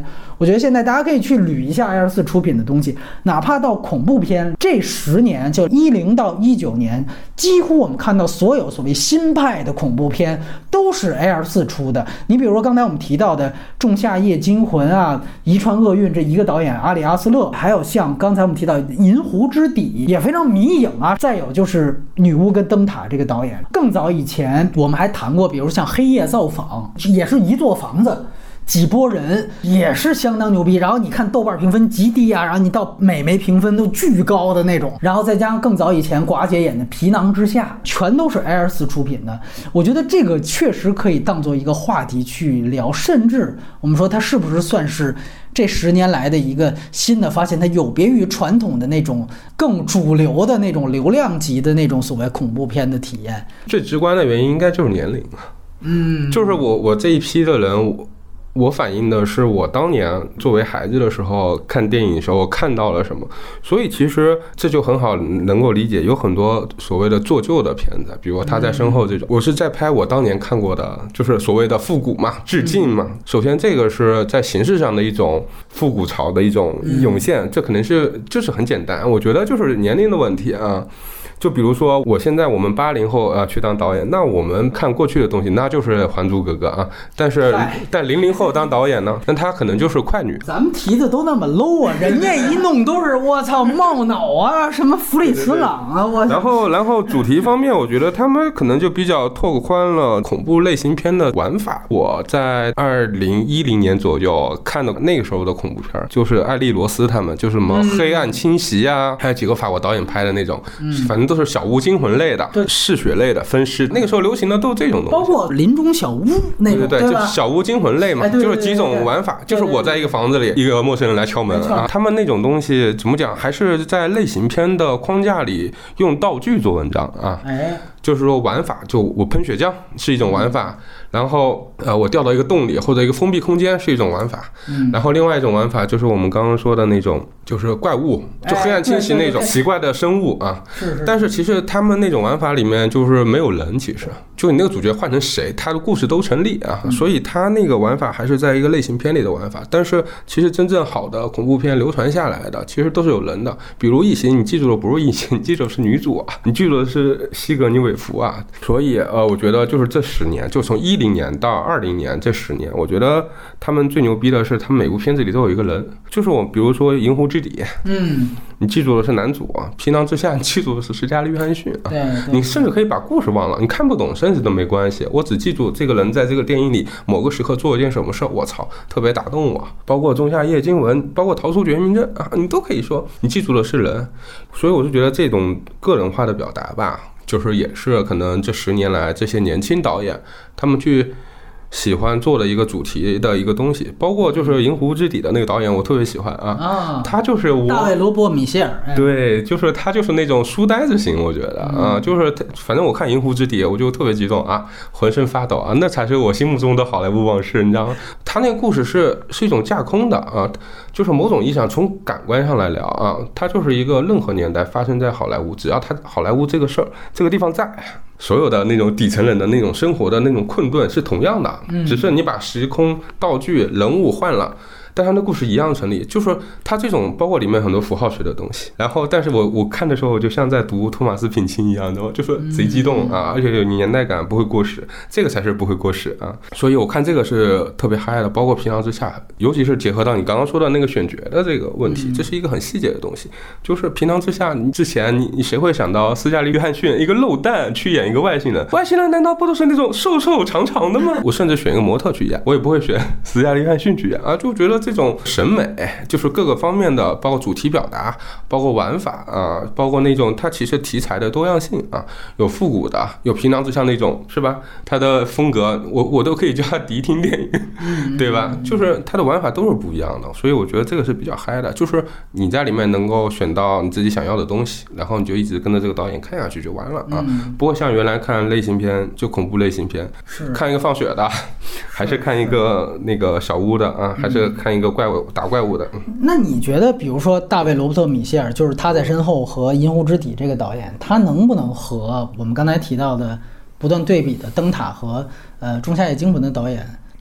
[SPEAKER 4] 我觉得现在大家可以去捋一下 A 二十四出品的东西，哪怕到恐怖片这十年，就一零到一九年，几乎我们看到所有所谓新派的恐怖片都是 A 二十四出的。你比如说刚才我们提到的《仲夏夜惊魂》啊，《遗传厄运》这一个导演阿里阿斯勒，还有像刚才我们提到《银湖之底》也非常迷影啊，再有就是《女巫跟灯塔》这个导演。更早以前我们还谈过，比如像《黑夜造访》，也是一座房子几拨人，也是相当牛逼。然后你看豆瓣评分极低啊，然后你到美媒评分都巨高的那种，然后再加上更早以前寡姐演的《皮囊之下》，全都是 A 二十四出品的。我觉得这个确实可以当做一个话题去聊，甚至我们说它是不是算是这十年来的一个新的发现，它有别于传统的那种更主流的那种流量级的那种所谓恐怖片的体验。
[SPEAKER 2] 最直观的原因应该就是年龄，嗯，就是我我这一批的人，我我反映的是我当年作为孩子的时候看电影的时候看到了什么，所以其实这就很好能够理解，有很多所谓的做旧的片子，比如他在身后这种，我是在拍我当年看过的，就是所谓的复古嘛，致敬嘛。首先这个是在形式上的一种复古潮的一种涌现，这可能是就是很简单，我觉得就是年龄的问题啊。就比如说我现在我们八零后啊去当导演，那我们看过去的东西那就是还珠格格啊，但是但零零后当导演呢，那他可能就是快女。
[SPEAKER 4] 咱们提的都那么 low 啊，人家一弄都是我操冒脑啊，什么弗里茨朗啊，我
[SPEAKER 2] 然后然后主题方面我觉得他们可能就比较拓宽了恐怖类型片的玩法。我在二零一零年左右看的那个时候的恐怖片就是艾利罗斯他们，就是什么黑暗侵袭啊，还有几个法国导演拍的那种，反正都是小屋惊魂类的、嗜血类的、分尸，那个时候流行的都是这种东西，
[SPEAKER 4] 包括林中小屋那种，
[SPEAKER 2] 对对对，就是小屋惊魂类嘛，
[SPEAKER 4] 哎、对对对对对，
[SPEAKER 2] 就是几种玩法，就是我在一个房子里，一个陌生人来敲门啊，他们那种东西怎么讲，还是在类型片的框架里用道具做文章啊，哎。就是说玩法，就我喷血浆是一种玩法，然后呃我掉到一个洞里或者一个封闭空间是一种玩法，然后另外一种玩法就是我们刚刚说的那种，就是怪物，就黑暗侵袭那种奇怪的生物啊。但是其实他们那种玩法里面就是没有人，其实就你那个主角换成谁，他的故事都成立啊，所以他那个玩法还是在一个类型片里的玩法。但是其实真正好的恐怖片流传下来的，其实都是有人的，比如异形，你记住了不是异形，你记住的是女主啊，你记住的是西格尼韦福啊，所以呃，我觉得就是这十年，就从一零年到二零年这十年，我觉得他们最牛逼的是，他们每部片子里都有一个人，就是我比如说《银湖之底》，嗯，你记住的是男主啊，《皮囊之下》你记住的是斯嘉丽·约翰逊啊，对，你甚至可以把故事忘了，你看不懂甚至都没关系，我只记住这个人在这个电影里某个时刻做了一件什么事，我操，特别打动我，包括《仲夏夜惊魂》，包括《逃出绝命镇》啊，你都可以说你记住的是人，所以我就觉得这种个人化的表达吧。就是也是可能这十年来这些年轻导演他们去喜欢做的一个主题的一个东西，包括就是《银湖之底》的那个导演，我特别喜欢啊，啊他就是我
[SPEAKER 4] 大卫·罗伯·米歇尔，
[SPEAKER 2] 哎、对，就是他就是那种书呆子型，我觉得、嗯、啊，就是反正我看《银湖之底》我就特别激动啊，浑身发抖啊，那才是我心目中的好莱坞往事，你知道吗？他那个故事是是一种架空的啊，就是某种意义上从感官上来聊啊，它就是一个任何年代发生在好莱坞，只要他好莱坞这个事儿这个地方在。所有的那种底层人的那种生活的那种困顿是同样的，只是你把时空、道具、人物换了，但他的故事一样成立。就是他这种包括里面很多符号学的东西，然后但是我我看的时候就像在读托马斯品清一样的，就是贼激动啊，而且有年代感，不会过时，这个才是不会过时啊。所以我看这个是特别嗨的，包括《皮囊之下》，尤其是结合到你刚刚说的那个选角的这个问题，这是一个很细节的东西。就是《皮囊之下》，你之前你你谁会想到斯嘉丽·约翰逊一个漏蛋去演一个外星人？外星人难道不都是那种瘦瘦长长的吗？我甚至选一个模特去演，我也不会选斯嘉丽·约翰逊去演啊，就觉得这种审美就是各个方面的，包括主题表达，包括玩法啊，包括那种它其实题材的多样性啊，有复古的，有皮囊之下那种是吧？它的风格我我都可以叫它迪厅电影，对吧？就是它的玩法都是不一样的，所以我觉得这个是比较嗨的，就是你在里面能够选到你自己想要的东西，然后你就一直跟着这个导演看下去就完了啊，不会像原来看类型片就恐怖类型片，看一个放血的，还是看一个那个小屋的啊，还是看一个怪物打怪物的。
[SPEAKER 4] 那你觉得比如说大卫·罗伯特·米歇尔，就是他在身后和《银湖之底》这个导演，他能不能和我们刚才提到的不断对比的灯塔和呃《仲夏夜惊魂》的导演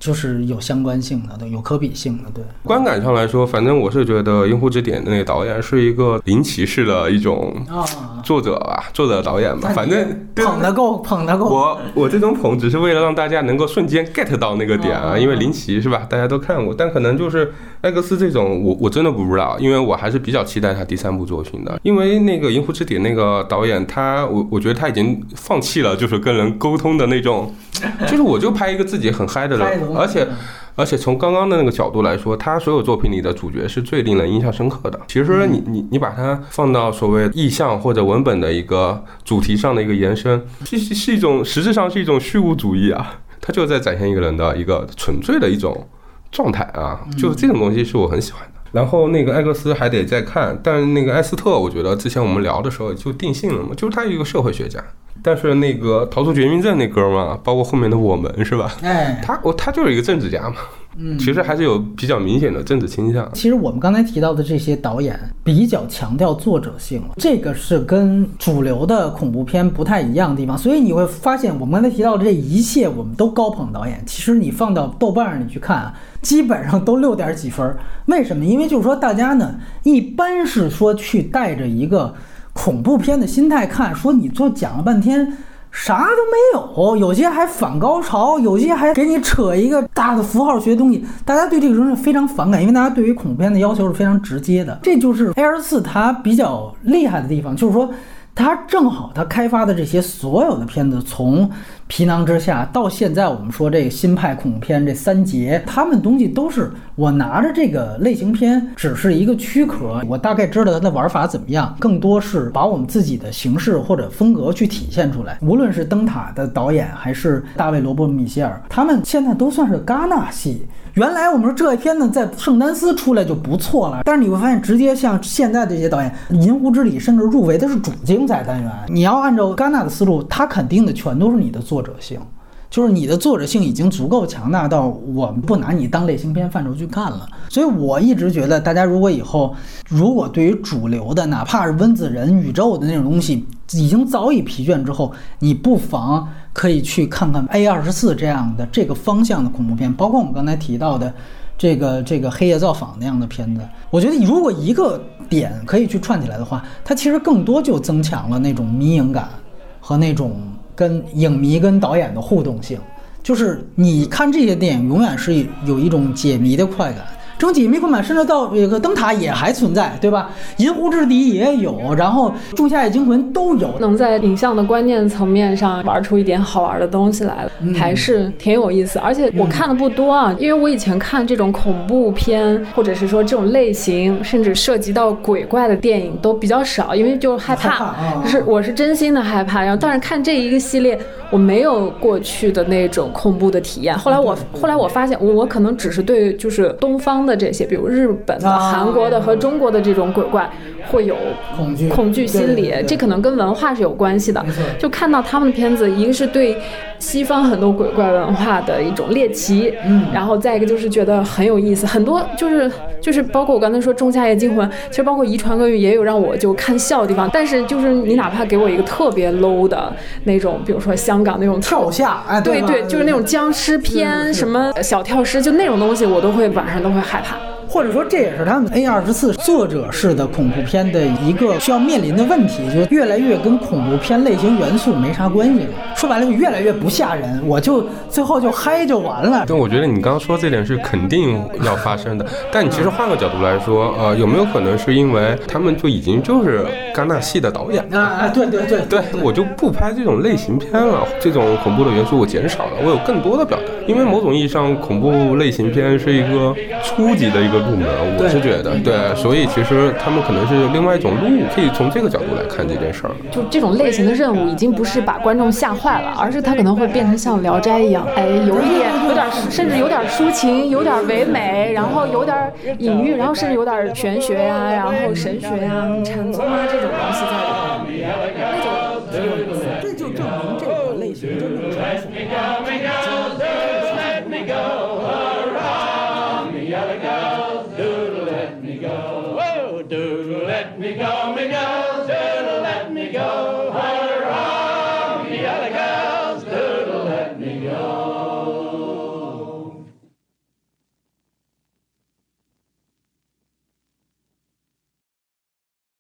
[SPEAKER 4] 就是有相关性的，对，有可比性的。对，
[SPEAKER 2] 观感上来说，反正我是觉得《银湖之点》的那个导演是一个林奇式的一种作者吧，作者导演吧，反正
[SPEAKER 4] 捧得够，捧得够。
[SPEAKER 2] 我我这种捧只是为了让大家能够瞬间 get 到那个点啊，因为林奇是吧，大家都看过，但可能就是艾格斯这种，我我真的不知道，因为我还是比较期待他第三部作品的，因为那个《银湖之点》那个导演他，我我觉得他已经放弃了就是跟人沟通的那种，就是我就拍一个自己很嗨的人。而且，而且从刚刚的那个角度来说，他所有作品里的主角是最令人印象深刻的。其实你你你把它放到所谓意象或者文本的一个主题上的一个延伸，是是一种实质上是一种虚无主义啊，它就在展现一个人的一个纯粹的一种状态啊，就是这种东西是我很喜欢的。然后那个艾格斯还得再看，但那个艾斯特，我觉得之前我们聊的时候就定性了嘛，就是他一个社会学家。但是那个逃出绝命镇那歌嘛，包括后面的我们是吧？哎，他我他就是一个政治家嘛，嗯，其实还是有比较明显的政治倾向。
[SPEAKER 4] 其实我们刚才提到的这些导演比较强调作者性，这个是跟主流的恐怖片不太一样的地方。所以你会发现，我们刚才提到的这一切，我们都高捧导演。其实你放到豆瓣上你去看啊，基本上都六点几分。为什么？因为就是说大家呢，一般是说去带着一个恐怖片的心态看，说你就讲了半天啥都没有，有些还反高潮，有些还给你扯一个大的符号学的东西，大家对这个东西非常反感，因为大家对于恐怖片的要求是非常直接的。这就是 A 二十四 它比较厉害的地方，就是说它正好它开发的这些所有的片子，从皮囊之下到现在我们说这个新派恐怖片这三杰，他们东西都是我拿着这个类型片只是一个躯壳，我大概知道它的玩法怎么样，更多是把我们自己的形式或者风格去体现出来。无论是灯塔的导演还是大卫罗伯米歇尔，他们现在都算是戛纳系。原来我们说这一片呢在圣丹斯出来就不错了，但是你会发现直接像现在这些导演，银湖之里甚至入围的是主竞赛单元。你要按照戛纳的思路，他肯定的全都是你的作者性，就是你的作者性已经足够强大到我们不拿你当类型片范畴去看了。所以我一直觉得大家如果以后如果对于主流的哪怕是温子仁宇宙的那种东西已经早已疲倦之后，你不妨可以去看看 A 二十四 这样的这个方向的恐怖片，包括我们刚才提到的这个这个黑夜造访那样的片子。我觉得如果一个点可以去串起来的话，它其实更多就增强了那种迷影感和那种跟影迷跟导演的互动性，就是你看这些电影永远是有一种解谜的快感。这种解谜快感甚至到这个灯塔也还存在，对吧？银湖之敌也有，然后仲夏夜惊魂都有，
[SPEAKER 3] 能在影像的观念层面上玩出一点好玩的东西来了，嗯、还是挺有意思。而且我看的不多啊，因为我以前看这种恐怖片或者是说这种类型甚至涉及到鬼怪的电影都比较少，因为就害怕，害怕就是我是真心的害怕。然后但是看这一个系列我没有过去的那种恐怖的体验。后来我后来我发现我我可能只是对就是东方的这些比如日本的、啊、韩国的和中国的这种鬼怪会有恐惧恐惧心理，对对对，这可能跟文化是有关系的。就看到他们的片子，一个是对西方很多鬼怪文化的一种猎奇，嗯，然后再一个就是觉得很有意思，很多就是就是包括我刚才说仲夏夜惊魂，其实包括遗传厄运也有让我就看笑的地方，但是就是你哪怕给我一个特别 low 的那种，比如说香港那种
[SPEAKER 4] 跳下，哎，
[SPEAKER 3] 对 对, 对，就是那种僵尸片，什么小跳尸，就那种东西我都会晚上都会害怕。
[SPEAKER 4] 或者说这也是他们 A 二十四 作者式的恐怖片的一个需要面临的问题，就是越来越跟恐怖片类型元素没啥关系了。说白了就越来越不吓人，我就最后就嗨就完了。
[SPEAKER 2] 但我觉得你刚刚说这点是肯定要发生的，但你其实换个角度来说，呃，有没有可能是因为他们就已经就是戛纳系的导演
[SPEAKER 4] 啊？对对对
[SPEAKER 2] 对, 对，我就不拍这种类型片了，这种恐怖的元素我减少了，我有更多的表达。因为某种意义上，恐怖类型片是一个初级的一个入门，我是觉得，对，所以其实他们可能是另外一种路，可以从这个角度来看这件事儿。
[SPEAKER 3] 就这种类型的任务，已经不是把观众吓坏了，而是它可能会变成像《聊斋》一样，哎，有一点，有点，甚至有点抒情，有点唯美，然后有点隐喻，然后甚至有点玄学呀、啊，然后神学呀、啊、禅宗啊这种东西在里面，那种挺有意思。
[SPEAKER 4] 这就证明这个类型真的成熟。
[SPEAKER 1] Doodle, let me go, me girl, doodle, let me go.